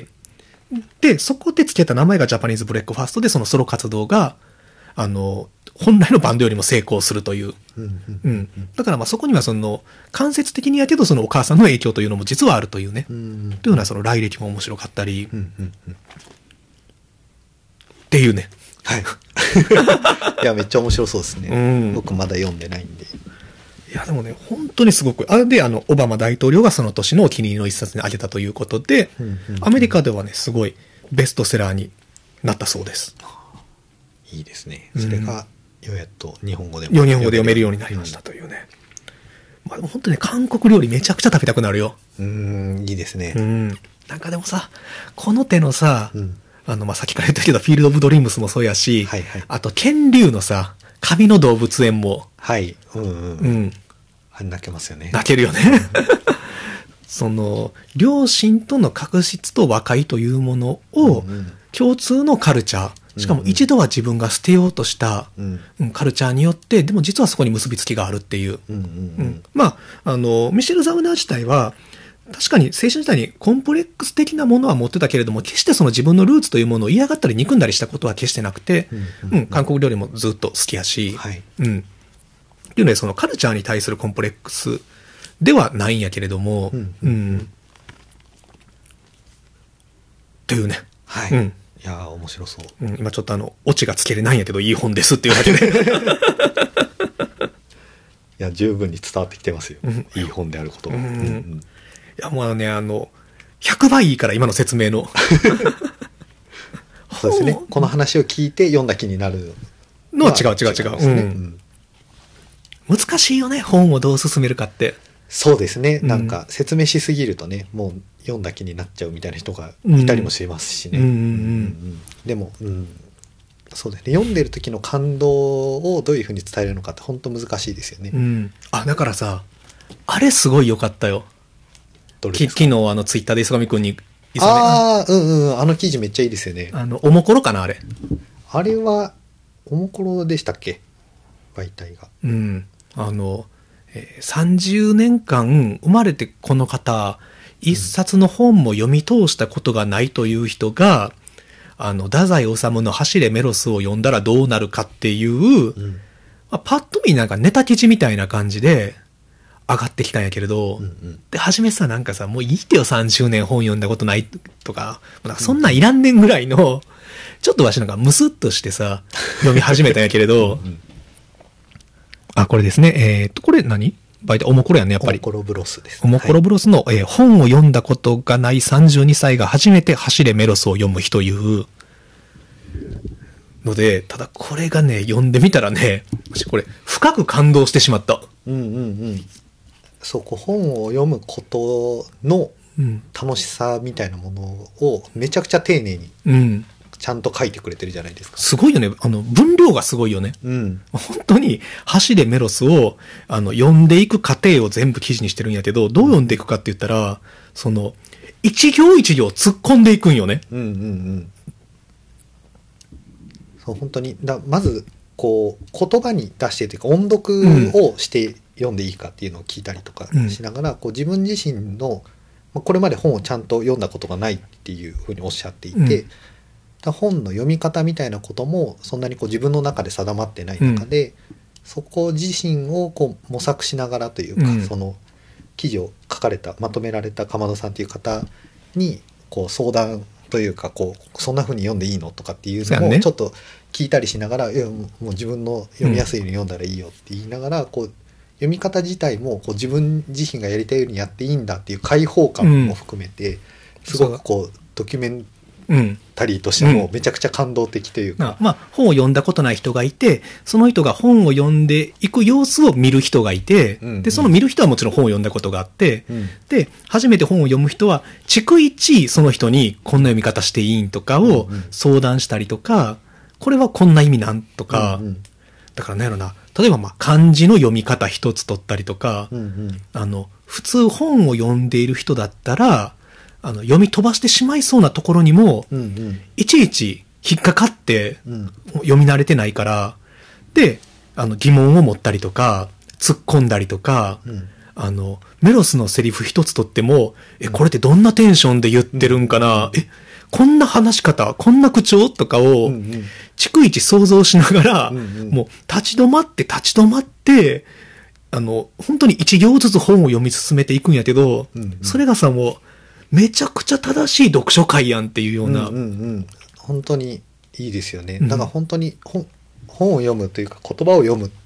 Speaker 1: で、そこで付けた名前がジャパニーズブレックファーストで、そのソロ活動が、本来のバンドよりも成功するという。
Speaker 2: うんうん
Speaker 1: だからそこには間接的にやけどお母さんの影響というのも実はあるというね。
Speaker 2: うん
Speaker 1: というのは来歴も面白かったり、
Speaker 2: うんうんうん
Speaker 1: っていうね。
Speaker 2: はいいやめっちゃ面白そうですね、
Speaker 1: うん
Speaker 2: 僕まだ読んでないんで。
Speaker 1: いやでもね、本当にすごく、で、オバマ大統領がその年のお気に入りの一冊に挙げたということで、
Speaker 2: うんうん
Speaker 1: アメリカではね、すごいベストセラーになったそうです。
Speaker 2: いいですね。
Speaker 1: うん
Speaker 2: それがようやっと日本語でも
Speaker 1: 日本語で読めるようになりましたというね。まあでも本当にね、韓国料理めちゃくちゃ食べたくなるよ。
Speaker 2: いいですね。
Speaker 1: うん。なんかでもさ、この手のさ、
Speaker 2: うん
Speaker 1: まあ、さっきから言ったけど、フィールド・オブ・ドリームスもそうやし、
Speaker 2: はいはい。
Speaker 1: あと、剣竜のさ、神の動物園も、
Speaker 2: はい。うんうん。
Speaker 1: うん、
Speaker 2: あれ泣けますよね。
Speaker 1: 泣けるよね。両親との確執と和解というものを、共通のカルチャー、しかも一度は自分が捨てようとしたカルチャーによって、でも実はそこに結びつきがあるっていう。まあ、ミシェル・ザウナー自体は、確かに精神自体にコンプレックス的なものは持ってたけれども、決してその自分のルーツというものを嫌がったり憎んだりしたことは決してなくて、韓国料理もずっと好きやし、
Speaker 2: はい。
Speaker 1: っていうので、そのカルチャーに対するコンプレックスではないんやけれども、っていうね。
Speaker 2: はい。いやー、面白そう。
Speaker 1: 今ちょっとオチがつけれないんやけど、いい本ですっていうだけで。
Speaker 2: いや、十分に伝わってきてますよ。いい本であることが。い
Speaker 1: や、もうね、100倍いいから、今の説明の。
Speaker 2: そうですね。この話を聞いて読んだ気になる
Speaker 1: のは違う。難しいよね、本をどう進めるかって。
Speaker 2: そうですね。なんか、説明しすぎるとね、もう読んだ気になっちゃうみたいな人がいたりもしますしね。でも、そうですね。読んでる時の感動をどういうふうに伝えるのかって本当難しいですよね。
Speaker 1: だからさ、あれすごい良かったよ。昨日ツイッターで磯上くんに。
Speaker 2: あの記事めっちゃいいですよね。
Speaker 1: おもころかな、あれ。
Speaker 2: あれは、おもころでしたっけ？媒体が。
Speaker 1: 30年間生まれてこの方、一冊の本も読み通したことがないという人が、太宰治の走れメロスを読んだらどうなるかっていう、パッと見なんかネタ記事みたいな感じで上がってきたんやけれど、で、初めさ、なんかさ、もういいってよ30年本読んだことないとか、なんかそんなんいらんねんぐらいの、ちょっとわしなんかムスッとしてさ、読み始めたんやけれど、これですね。これ何？媒体、おもころやね、やっぱり。
Speaker 2: おもころブロスです。
Speaker 1: おもころブロスの、本を読んだことがない32歳が初めて走れメロスを読む日というので、ただこれがね、読んでみたらね、これ、深く感動してしまった。
Speaker 2: そう、本を読むことの楽しさみたいなものをめちゃくちゃ丁寧に、ちゃんと書いてくれてるじゃないですか。
Speaker 1: すごいよね。分量がすごいよね。本当に、走れメロスを、読んでいく過程を全部記事にしてるんやけど、どう読んでいくかって言ったら、一行一行突っ込んでいくんよね。
Speaker 2: そう、本当に、まず、こう、言葉に出してというか、音読をして読んでいいかっていうのを聞いたりとかしながら、こう自分自身の、これまで本をちゃんと読んだことがないっていうふうにおっしゃっていて、本の読み方みたいなこともそんなにこう自分の中で定まってない中で、そこ自身をこう模索しながらというか、その記事を書かれたまとめられたかまどさんという方にこう相談というか、こうそんな風に読んでいいのとかっていうのもちょっと聞いたりしながら、いやもう自分の読みやすいように読んだらいいよって言いながら、こう読み方自体もこう自分自身がやりたいようにやっていいんだっていう解放感も含めて、すごくこうドキュメンタリーとしてもめちゃくちゃ感動的というか、
Speaker 1: 本を読んだことない人がいて、その人が本を読んでいく様子を見る人がいて、でその見る人はもちろん本を読んだことがあって、で初めて本を読む人は逐一その人にこんな読み方していいんとかを相談したりとか、これはこんな意味なんとか、だから何やろな、例えば漢字の読み方一つ取ったりとか、普通本を読んでいる人だったら読み飛ばしてしまいそうなところにも、いちいち引っかかって読み慣れてないから、で、疑問を持ったりとか、突っ込んだりとか、メロスのセリフ一つとっても、これってどんなテンションで言ってるんかな、こんな話し方、こんな口調とかを、逐一想像しながら、もう立ち止まって、本当に一行ずつ本を読み進めていくんやけど、それがさ、もう、めちゃくちゃ正しい読書会やんっていうような。
Speaker 2: 本当にいいですよね。だから本当に本を読むというか言葉を読むって、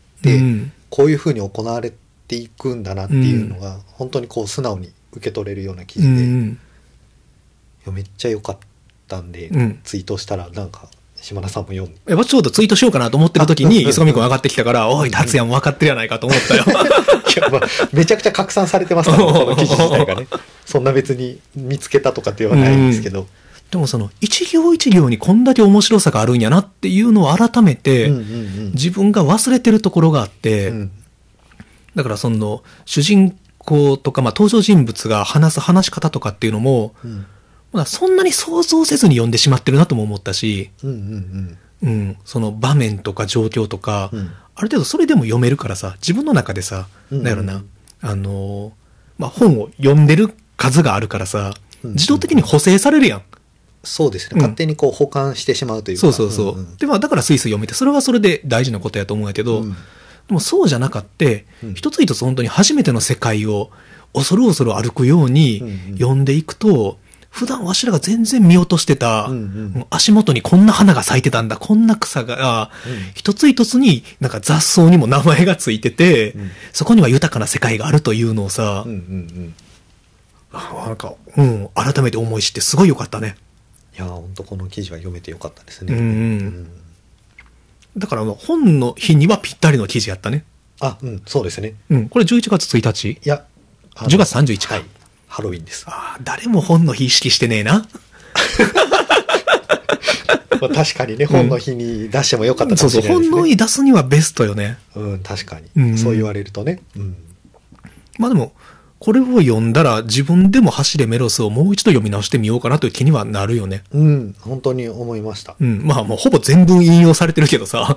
Speaker 2: こういうふうに行われていくんだなっていうのが、本当にこう素直に受け取れるような記事で、いやめっちゃ良かったんで、ツイートしたらなんか、島田さんも読んで。
Speaker 1: ちょうどツイートしようかなと思ってる時に、磯上くん上がってきたから、おい、達也も分かってるやないかと思ったよ。
Speaker 2: いや、めちゃくちゃ拡散されてますからね、この記事自体がね。そんな別に見つけたとかではないんですけど。
Speaker 1: でもその一行一行にこんだけ面白さがあるんやなっていうのを改めて自分が忘れてるところがあって、だからその主人公とかまあ登場人物が話す話し方とかっていうのも、まあそんなに想像せずに読んでしまってるなとも思ったし、その場面とか状況とか、ある程度それでも読めるからさ、自分の中でさ、なんやろな、まあ本を読んでる数があるからさ、自動的に補正されるやん。
Speaker 2: そうですね。勝手にこう保管してしまうというか。
Speaker 1: そうそうそう。で、まあだからスイス読めて、それはそれで大事なことやと思うんやけど、でもそうじゃなかって、一つ一つ本当に初めての世界を恐る恐る歩くように読んでいくと、普段わしらが全然見落としてた、足元にこんな花が咲いてたんだ、こんな草が、一つ一つになんか雑草にも名前がついてて、そこには豊かな世界があるというのをさ、なんか、改めて思い知ってすごい良かったね。
Speaker 2: いやー、本当この記事は読めてよかったですね。
Speaker 1: だから本の日にはぴったりの記事やったね。
Speaker 2: あ、そうですね。
Speaker 1: これ11月1日？
Speaker 2: いや、
Speaker 1: 10月31日か。
Speaker 2: はい。ハロウィンです。
Speaker 1: 誰も本の日意識してねえな。
Speaker 2: まあ確かにね、本の日に出してもよかったかもしれないですね。
Speaker 1: そうそう、本の日出すにはベストよね。
Speaker 2: 確かに。そう言われるとね。
Speaker 1: まあでも、これを読んだら自分でも走れメロスをもう一度読み直してみようかなという気にはなるよね。
Speaker 2: 本当に思いました。
Speaker 1: まあもうほぼ全文引用されてるけどさ。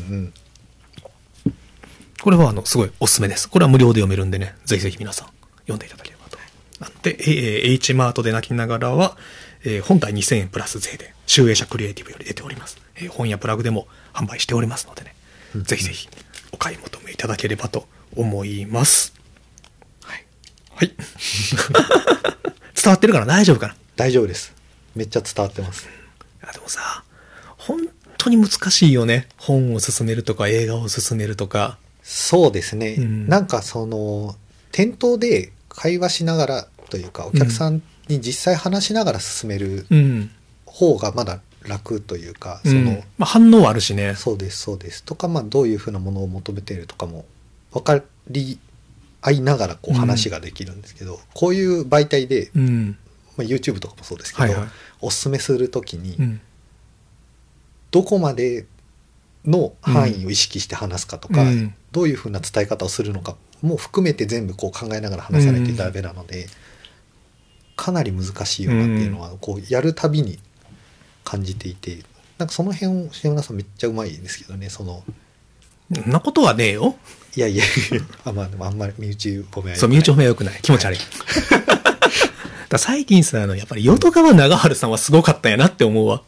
Speaker 1: これはすごいおすすめです。これは無料で読めるんでね、ぜひぜひ皆さん読んでいただければと。なんで、H マートで泣きながらは、本体2000円プラス税で、集英社クリエイティブより出ております。本やプラグでも販売しておりますのでね、ぜひぜひお買い求めいただければと思います。はい。伝わってるかな？大丈夫かな？
Speaker 2: 大丈夫です。めっちゃ伝わってます。
Speaker 1: でもさ、本当に難しいよね。本を進めるとか映画を進めるとか。
Speaker 2: そうですね。なんか店頭で会話しながらというか、お客さんに実際話しながら進める方がまだ楽というか、
Speaker 1: まあ、反応はあるしね。
Speaker 2: そうです、そうです。とか、まあどういうふうなものを求めているとかも分かり合いながらこう話ができるんですけど、こういう媒体で、まあ、YouTube とかもそうですけど、おすすめするときに、どこまでの範囲を意識して話すかとか、どういうふうな伝え方をするのかも含めて全部こう考えながら話さないとダメなので、かなり難しいよなっていうのはこうやるたびに感じていて、なんかその辺を島村さんめっちゃうまいんですけどね。そ
Speaker 1: んなことはねえよ。
Speaker 2: いやいやまあでもあんまり身内褒めは良くない。
Speaker 1: そう、身内褒めは良くない。気持ち悪い。だ最近さ、やっぱり淀川長春さんはすごかったんやなって思うわ。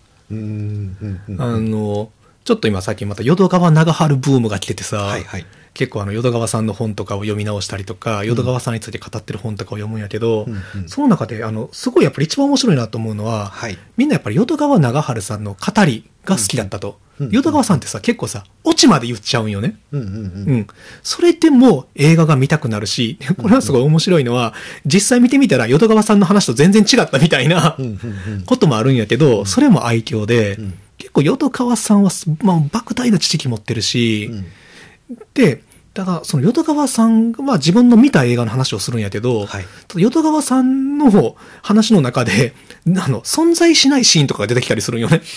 Speaker 1: ちょっと今最近また淀川長春ブームが来ててさ、結構淀川さんの本とかを読み直したりとか、淀川さんについて語ってる本とかを読むんやけど、その中ですごいやっぱり一番面白いなと思うのは、みんなやっぱり淀川長春さんの語りが好きだったと。淀川さんってさ、結構さ、オチまで言っちゃうんよね。それでも映画が見たくなるし、これはすごい面白いのは、実際見てみたら淀川さんの話と全然違ったみたいなこともあるんやけど、それも愛嬌で、結構淀川さんは、まあ、莫大な知識持ってるし、で、だからその淀川さんが自分の見た映画の話をするんやけど、淀川さんの話の中で、存在しないシーンとかが出てきたりするんよね。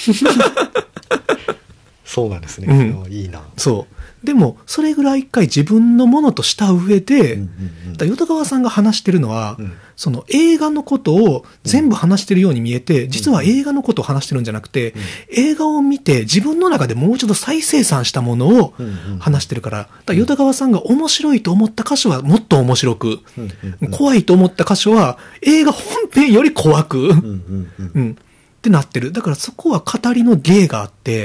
Speaker 2: そうなんですね。いいな。
Speaker 1: そう。でも、それぐらい一回自分のものとした上で、淀川さんが話してるのは、その映画のことを全部話してるように見えて、実は映画のことを話してるんじゃなくて、映画を見て自分の中でもう一度再生産したものを話してるから、淀川さんが面白いと思った箇所はもっと面白く、怖いと思った箇所は映画本編より怖く、ってなってる。だからそこは語りの芸があって、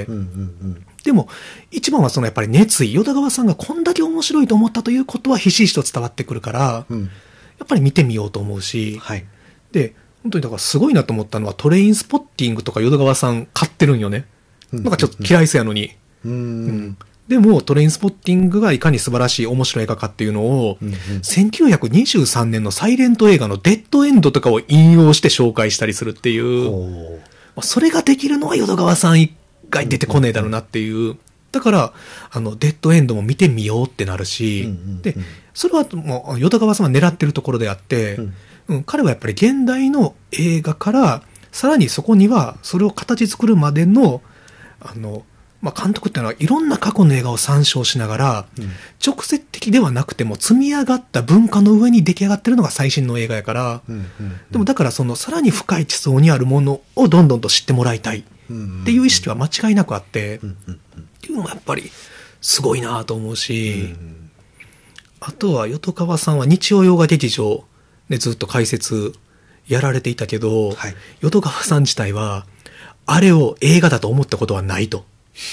Speaker 1: でも一番はそのやっぱり熱意、淀川さんがこんだけ面白いと思ったということはひしひしと伝わってくるから、やっぱり見てみようと思うし、で本当にだからすごいなと思ったのはトレインスポッティングとか淀川さん買ってるんよね。なんかちょっと嫌いそうやのに。でもトレインスポッティングがいかに素晴らしい面白い映画かっていうのを、1923年のサイレント映画のデッドエンドとかを引用して紹介したりするっていう、それができるのは淀川さん以外出てこねえだろうなっていう。だからデッドエンドも見てみようってなるし、でそれはもう淀川さんは狙ってるところであって、彼はやっぱり現代の映画からさらにそこにはそれを形作るまでの監督っていうのはいろんな過去の映画を参照しながら、直接的ではなくても積み上がった文化の上に出来上がってるのが最新の映画やから、でもだからそのさらに深い地層にあるものをどんどんと知ってもらいたいっていう意識は間違いなくあって、っていうのもやっぱりすごいなと思うし、あとは淀川さんは日曜洋画劇場でずっと解説やられていたけど、淀川さん自体はあれを映画だと思ったことはないと。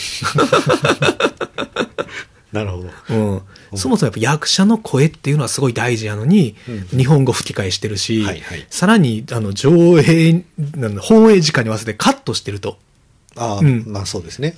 Speaker 2: なるほど、
Speaker 1: そもそもやっぱ役者の声っていうのはすごい大事なのに、日本語吹き替えしてるし、さらに上映放映時間に合わせてカットしてると。
Speaker 2: まあそうですね。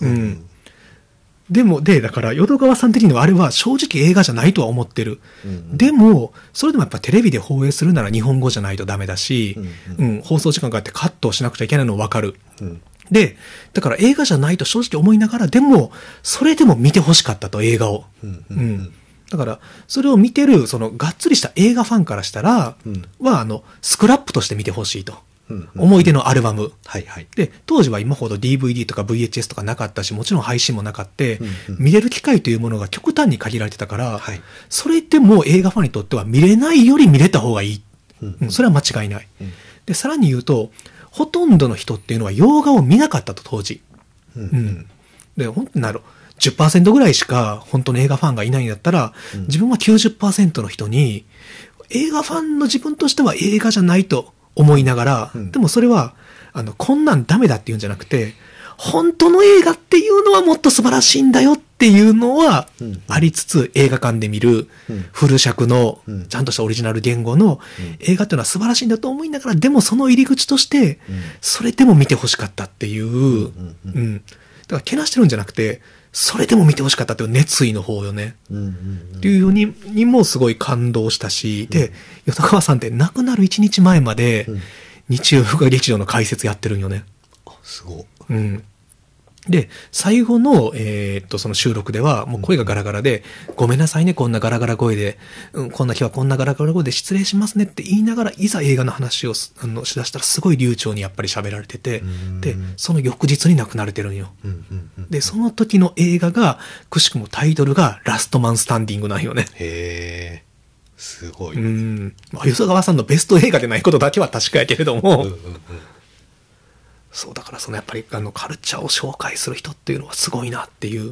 Speaker 1: だから淀川さん的にはあれは正直映画じゃないとは思ってる。でもそれでもやっぱテレビで放映するなら日本語じゃないとダメだし、放送時間があってカットをしなくちゃいけないの分かる。で、だから映画じゃないと正直思いながら、でも、それでも見てほしかったと、映画を。だから、それを見てる、がっつりした映画ファンからしたら、スクラップとして見てほしいと。思い出のアルバム。で、当時は今ほど DVD とか VHS とかなかったし、もちろん配信もなかった、見れる機会というものが極端に限られてたから、それでも映画ファンにとっては見れないより見れた方がいい。それは間違いない。で、さらに言うと、ほとんどの人っていうのは洋画を見なかったと、当時。で、本当に10% ぐらいしか本当の映画ファンがいないんだったら、自分は 90% の人に、映画ファンの自分としては映画じゃないと思いながら、でもそれは、こんなんダメだっていうんじゃなくて、本当の映画っていうのはもっと素晴らしいんだよっていうのはありつつ、映画館で見るフル尺のちゃんとしたオリジナル言語の映画っていうのは素晴らしいんだと思いながら、でもその入り口としてそれでも見てほしかったっていう、だからけなしてるんじゃなくて、それでも見てほしかったっていう熱意の方よね、っていうようにもすごい感動したし、で淀川さんって亡くなる1日前まで日曜洋画劇場の解説やってるんよね。
Speaker 2: すごい。
Speaker 1: で、最後の、その収録では、もう声がガラガラで、ごめんなさいね、こんなガラガラ声で、こんな日はこんなガラガラ声で失礼しますねって言いながら、いざ映画の話をしだしたら、すごい流暢にやっぱり喋られてて、で、その翌日に亡くなれてるんよ。で、その時の映画が、くしくもタイトルが、ラストマンスタンディングなんよね。
Speaker 2: へー。すごい。
Speaker 1: 淀川さんのベスト映画でないことだけは確かやけれども、そうだからやっぱりカルチャーを紹介する人っていうのはすごいなっていう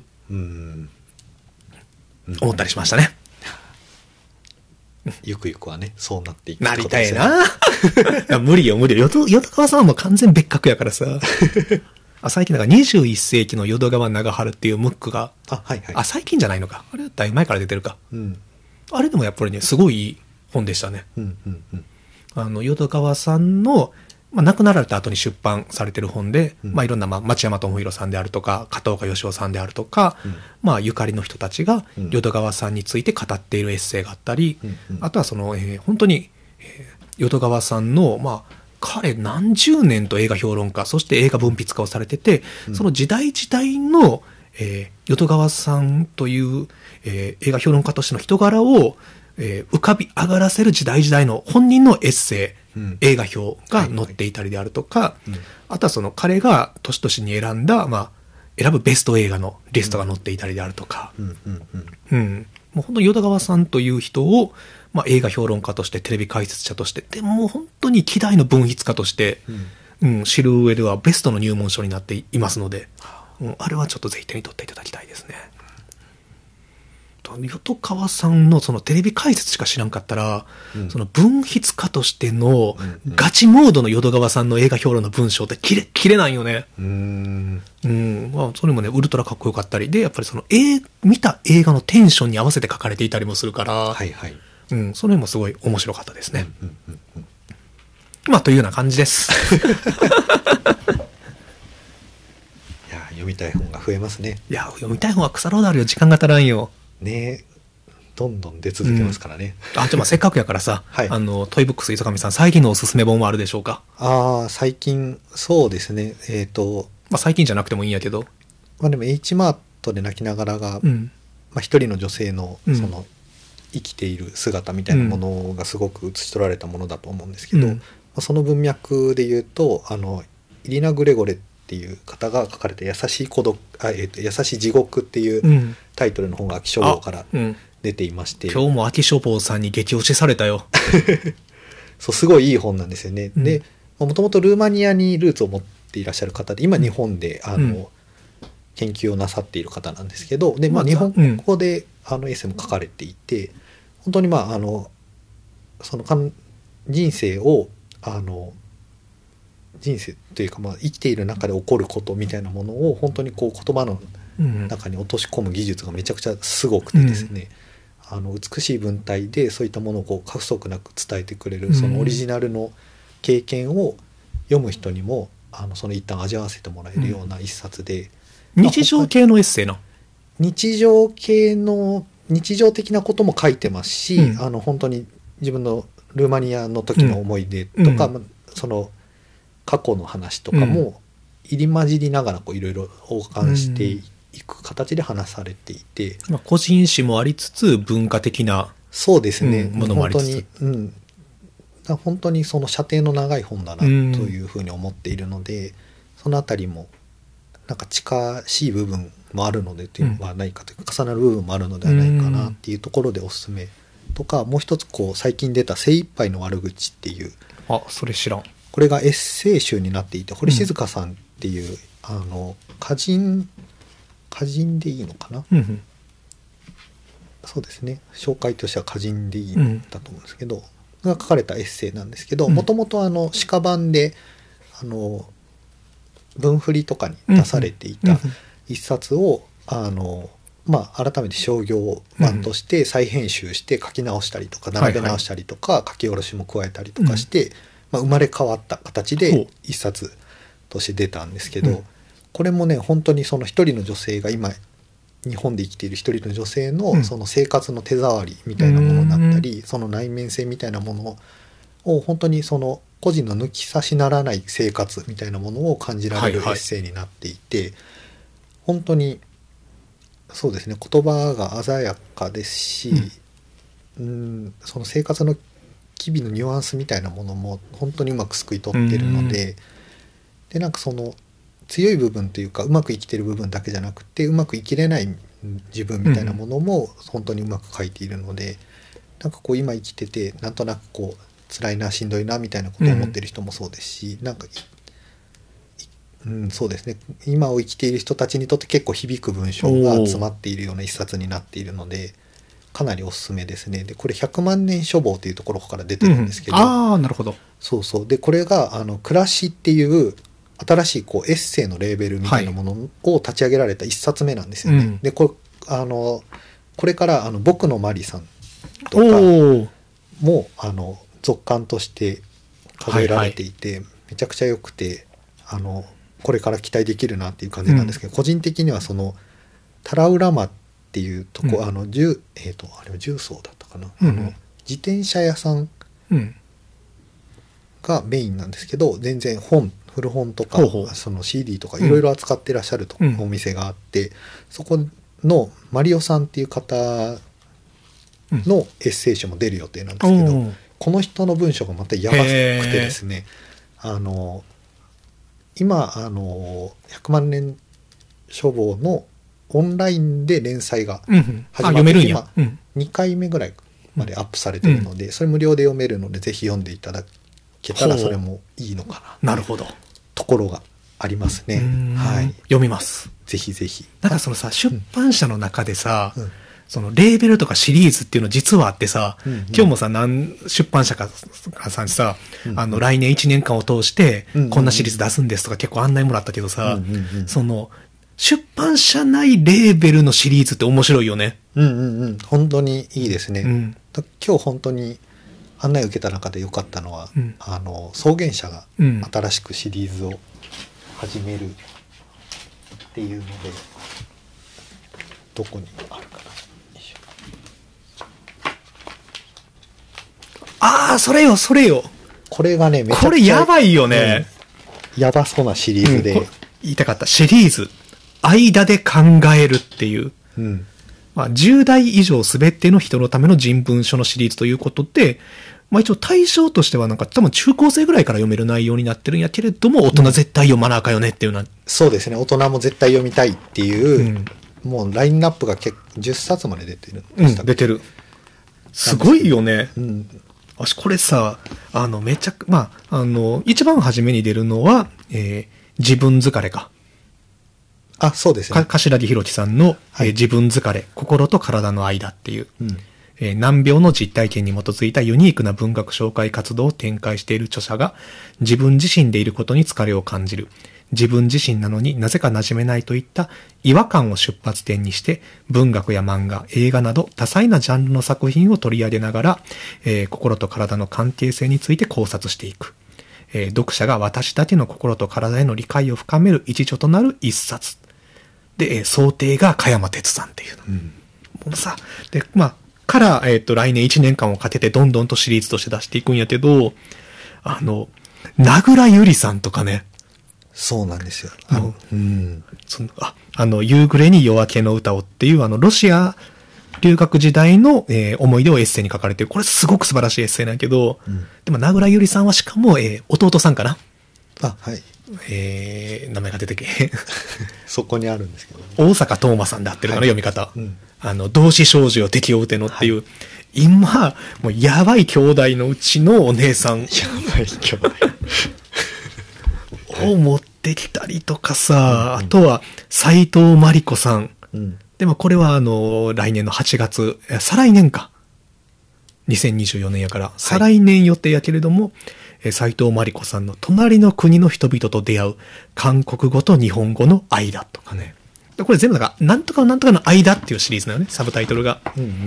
Speaker 1: 思ったりしましたね。
Speaker 2: ゆくゆくはねそうなっていく
Speaker 1: なりたいな。無理よ淀川さんはもう完全別格やからさ。最近21世紀の淀川長春っていうムックが最近じゃないのか、あれはだいぶ前から出てるか、あれでもやっぱりねすごいいい本でしたね。淀川さんの亡くなられた後に出版されてる本で、いろんな町山智博さんであるとか片岡義雄さんであるとか、ゆかりの人たちが淀川さんについて語っているエッセイがあったり、あとは本当に、淀川さんの彼何十年と映画評論家そして映画文筆家をされてて、その時代時代の、淀川さんという、映画評論家としての人柄を、浮かび上がらせる時代時代の本人のエッセイ、映画表が載っていたりであるとか、あとは彼が年々に選んだ、選ぶベスト映画のリストが載っていたりであるとか、もう本当に淀川さんという人を、映画評論家としてテレビ解説者としてでも本当に希代の文筆家として、知る上ではベストの入門書になっていますので、あれはちょっとぜひ手に取っていただきたいですね。淀川さんのそのテレビ解説しか知らんかったら、その文筆家としてのガチモードの淀川さんの映画評論の文章って切れないよね。それもねウルトラかっこよかったりで、やっぱり見た映画のテンションに合わせて書かれていたりもするから、それもすごい面白かったですね。というような感じです。
Speaker 2: 読みたい本が増えますね。
Speaker 1: いや読みたい本は腐ろうだるよ、時間が足らんよ
Speaker 2: ね。どんどん出続けますからね。
Speaker 1: せっかくやからさ、トイブックス磯上さん最近のおすすめ本はあるでしょうか？
Speaker 2: 最近そうですね、
Speaker 1: 最近じゃなくてもいいんやけど、
Speaker 2: でも H マートで泣きながらが、一人の女性のその生きている姿みたいなものがすごく写し取られたものだと思うんですけど、 その文脈で言うとイリナ・グレゴレっていう方が書かれた優しい孤独優しい地獄っていうタイトルの本が秋書房から出ていまして、
Speaker 1: 今日も秋書房さんに激推しされたよ。
Speaker 2: そうすごいいい本なんですよね。でもともとルーマニアにルーツを持っていらっしゃる方で今日本で研究をなさっている方なんですけど、で、日本語でエッセイも書かれていて、本当にその人生を人生というか生きている中で起こることみたいなものを本当にこう言葉の中に落とし込む技術がめちゃくちゃすごくてですね、美しい文体でそういったものをこう過不足なく伝えてくれるそのオリジナルの経験を読む人にもその一旦味わわせてもらえるような一冊で、
Speaker 1: 日常系のエッセイな。
Speaker 2: 日常系の日常的なことも書いてますし、本当に自分のルーマニアの時の思い出とか、その過去の話とかも入り混じりながらいろいろ交換していく形で話されていて、
Speaker 1: 個人史もありつつ文化的な
Speaker 2: そうですね、
Speaker 1: ものもありつつ、
Speaker 2: 本当にその射程の長い本だなというふうに思っているので、そのあたりもなんか近しい部分もあるのでというのはないかというか、重なる部分もあるのではないかなっていうところでおすすめとか、もう一つ最近出た精一杯の悪口っていう、
Speaker 1: それ知らん。
Speaker 2: これがエッセイ集になっていて、堀静香さんっていう歌人でいいのかな、そうですね、紹介としては歌人でいいんだと思うんですけど、が書かれたエッセイなんですけど、もともと鹿版で文振りとかに出されていた一冊を改めて商業版として再編集して書き直したりとか並べ直したりとか書き下ろしも加えたりとかして、生まれ変わった形で一冊として出たんですけど、これもね本当にその一人の女性が今日本で生きている一人の女性のその生活の手触りみたいなものだったり、その内面性みたいなものを本当にその個人の抜き差しならない生活みたいなものを感じられるエッセイになっていて、本当にそうですね、言葉が鮮やかですし、その生活の機微のニュアンスみたいなものも本当にうまくすくい取ってるので、でなんかその強い部分というかうまく生きてる部分だけじゃなくてうまく生きれない自分みたいなものも本当にうまく書いているので、なんか今生きててなんとなく辛いなしんどいなみたいなことを思ってる人もそうですし、なんかそうですね、今を生きている人たちにとって結構響く文章が詰まっているような一冊になっているので、かなりおすすめですね。でこれ100万年書房というところから出てるんですけど、
Speaker 1: なるほど。
Speaker 2: そうそう、でこれが暮らしっていう新しいエッセイのレーベルみたいなものを立ち上げられた一冊目なんですよね。でこれから僕のマリさんとかも続刊として数えられていて、めちゃくちゃ良くてこれから期待できるなっていう感じなんですけど、個人的にはそのタラウラマっていうとこ、あれは重曹だったかな、自転車屋さんがメインなんですけど、全然古本とかその CD とかいろいろ扱ってらっしゃるお店があって、そこのマリオさんっていう方のエッセイ集も出る予定なんですけど、この人の文章がまたやばくてですね、今100万年書房のオンラインで連載が始まって、今2回目ぐらいまでアップされているので、それ無料で読めるのでぜひ読んでいただけたらそれもいいのかな。
Speaker 1: なるほど。
Speaker 2: ところがありますね。はい。
Speaker 1: 読みます。
Speaker 2: ぜひぜひ。
Speaker 1: なんかそのさ、出版社の中でさ、そのレーベルとかシリーズっていうの実はあってさ、今日もさ、出版社さんにさ、来年1年間を通して、こんなシリーズ出すんですとか結構案内もらったけどさ、その、出版社内レーベルのシリーズって面白いよね。
Speaker 2: 本当にいいですね。今日本当に案内を受けた中で良かったのは、草原社が新しくシリーズを始めるっていうので、どこにあるかな。
Speaker 1: それよ。
Speaker 2: これがね、めちゃくちゃ。
Speaker 1: これやばいよね。
Speaker 2: やばそうなシリーズで。
Speaker 1: 言いたかった。シリーズ。間で考えるっていう。10代以上すべての人のための人文書のシリーズということで、 まあ一応対象としてはなんか多分中高生ぐらいから読める内容になってるんやけれども、大人絶対読まなあかんよねっていうのは。
Speaker 2: そうですね。大人も絶対読みたいっていう、もうラインナップが10冊まで出てるんでしたっけ。
Speaker 1: 出てる。すごいよね。
Speaker 2: うん。
Speaker 1: これさ、まあ、一番初めに出るのは、自分疲れか。
Speaker 2: あ、そうですね。
Speaker 1: 柏木弘樹さんの、
Speaker 2: はい
Speaker 1: 自分疲れ、心と体の間っていう、
Speaker 2: うん。
Speaker 1: 難病の実体験に基づいたユニークな文学紹介活動を展開している著者が、自分自身でいることに疲れを感じる。自分自身なのになぜか馴染めないといった違和感を出発点にして、文学や漫画、映画など多彩なジャンルの作品を取り上げながら、心と体の関係性について考察していく。読者が私だけの心と体への理解を深める一助となる一冊。で、想定が加山哲さんっていうの。もうさ、で、まあ、から、来年1年間をかけてどんどんとシリーズとして出していくんやけど、名倉ゆりさんとかね。
Speaker 2: そうなんですよ。
Speaker 1: うん。夕暮れに夜明けの歌をっていう、ロシア留学時代の、思い出をエッセイに書かれてる。これすごく素晴らしいエッセイなんやけど、でも名倉ゆりさんはしかも、弟さんかな。
Speaker 2: あ、はい。
Speaker 1: 名前が出てけへん。
Speaker 2: そこにあるんですけど、ね。
Speaker 1: 大阪東馬さんで合ってるかな、
Speaker 2: はい、
Speaker 1: 読み方。
Speaker 2: うん
Speaker 1: 同志少女よ敵を撃てのっていう、はい、今、もうやばい兄弟のうちのお姉さん。や
Speaker 2: ばい兄弟。
Speaker 1: を持ってきたりとかさ、あとは斎藤真理子さん。でもこれは来年の8月、再来年か。2024年やから、再来年予定やけれども、斎藤真理子さんの隣の国の人々と出会う韓国語と日本語の間とかね。これ全部なんとかなんとかの間っていうシリーズなのね、サブタイトルが。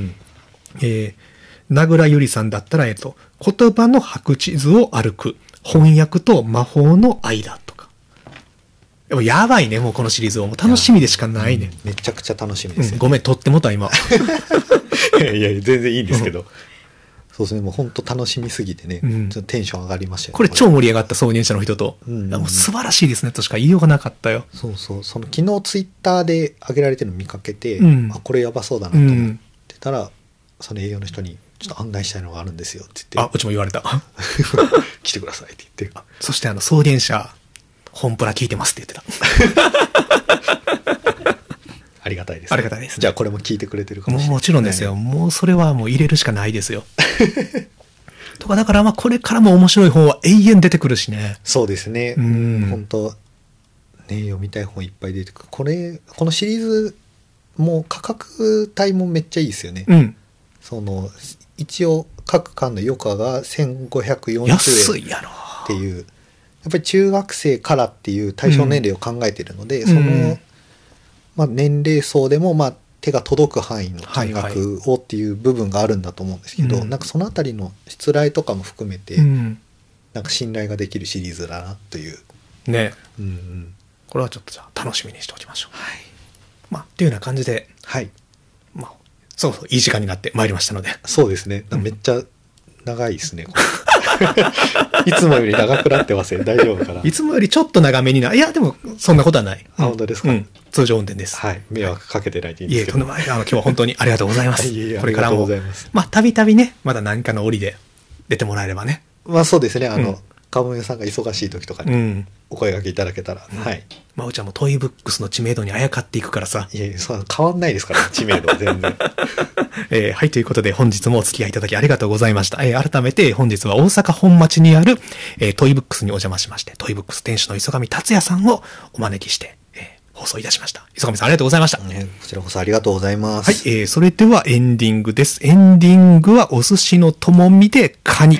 Speaker 1: 名倉ゆりさんだったら、言葉の白地図を歩く、翻訳と魔法の間とか。でもやばいね、もうこのシリーズは。もう楽しみでしかないね。
Speaker 2: めちゃくちゃ楽しみですよ、
Speaker 1: ごめん、とってもた今。
Speaker 2: いや、全然いいんですけど。そうですね、もう本当楽しみすぎてね、ちょっとテンション上がりましたよね。
Speaker 1: これ超盛り上がった創業者の人と。もう素晴らしいですねとしか言いようがなかったよ。
Speaker 2: そう、昨日ツイッターで上げられてるの見かけて、これやばそうだなと思ってたら、その営業の人に、ちょっと案内したいのがあるんですよって言って。
Speaker 1: うちも言われた。
Speaker 2: 来てくださいって言って。
Speaker 1: そして創業者、本プラ聞いてますって言ってた。
Speaker 2: ありがたいです、ね。
Speaker 1: ありがたいです、ね。
Speaker 2: じゃあこれも聞いてくれてるかもしれない。
Speaker 1: もちろんですよ。もうそれはもう入れるしかないですよ。とかだからこれからも面白い本は永遠出てくるしね。
Speaker 2: そうですね。本当ね、読みたい本いっぱい出てくる。このシリーズも価格帯もめっちゃいいですよね。一応各巻の余価が1540円。
Speaker 1: 安いやろ。
Speaker 2: っていう。やっぱり中学生からっていう対象年齢を考えているので、その、年齢層でも手が届く範囲の金額をっていう部分があるんだと思うんですけど、なんかそのあたりのしつらいとかも含めて、なんか信頼ができるシリーズだなという
Speaker 1: ね、これはちょっとじゃあ楽しみにしておきましょう。っていうような感じで、そういい時間になってまいりましたので。
Speaker 2: そうですね。めっちゃ長いですね。いつもより長くなってますね。大丈夫かな。
Speaker 1: いつもよりちょっと長めにいやでもそんなことはない。
Speaker 2: 本当ですか。
Speaker 1: 通常運転です。
Speaker 2: はい。迷惑かけてないでいいんですけど。
Speaker 1: とんでもない。今日は本当にありがとうございます。
Speaker 2: これからも
Speaker 1: たびたびね、まだ何かの折で出てもらえればね。
Speaker 2: そうですね。かもめさんが忙しい時とかにお声掛けいただけたら、はい。
Speaker 1: うちはもうトイブックスの知名度にあやかっていくからさ。
Speaker 2: いや変わんないですから、知名度は全然。
Speaker 1: はい、ということで本日もお付き合いいただきありがとうございました。改めて本日は大阪本町にある、トイブックスにお邪魔しまして、トイブックス店主の磯上達也さんをお招きして、放送いたしました。磯上さんありがとうございました。
Speaker 2: こちらこそありがとうございます。
Speaker 1: はい、それではエンディングです。エンディングはお寿司の友見でカニ。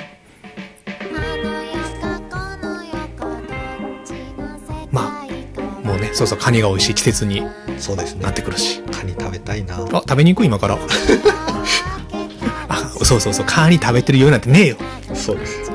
Speaker 1: もうね、そうカニが美味しい季節になってくるし。
Speaker 2: カニ食べたいな。
Speaker 1: 食べに行く今から。そうカニ食べてるようなんてねえよ。
Speaker 2: そうです。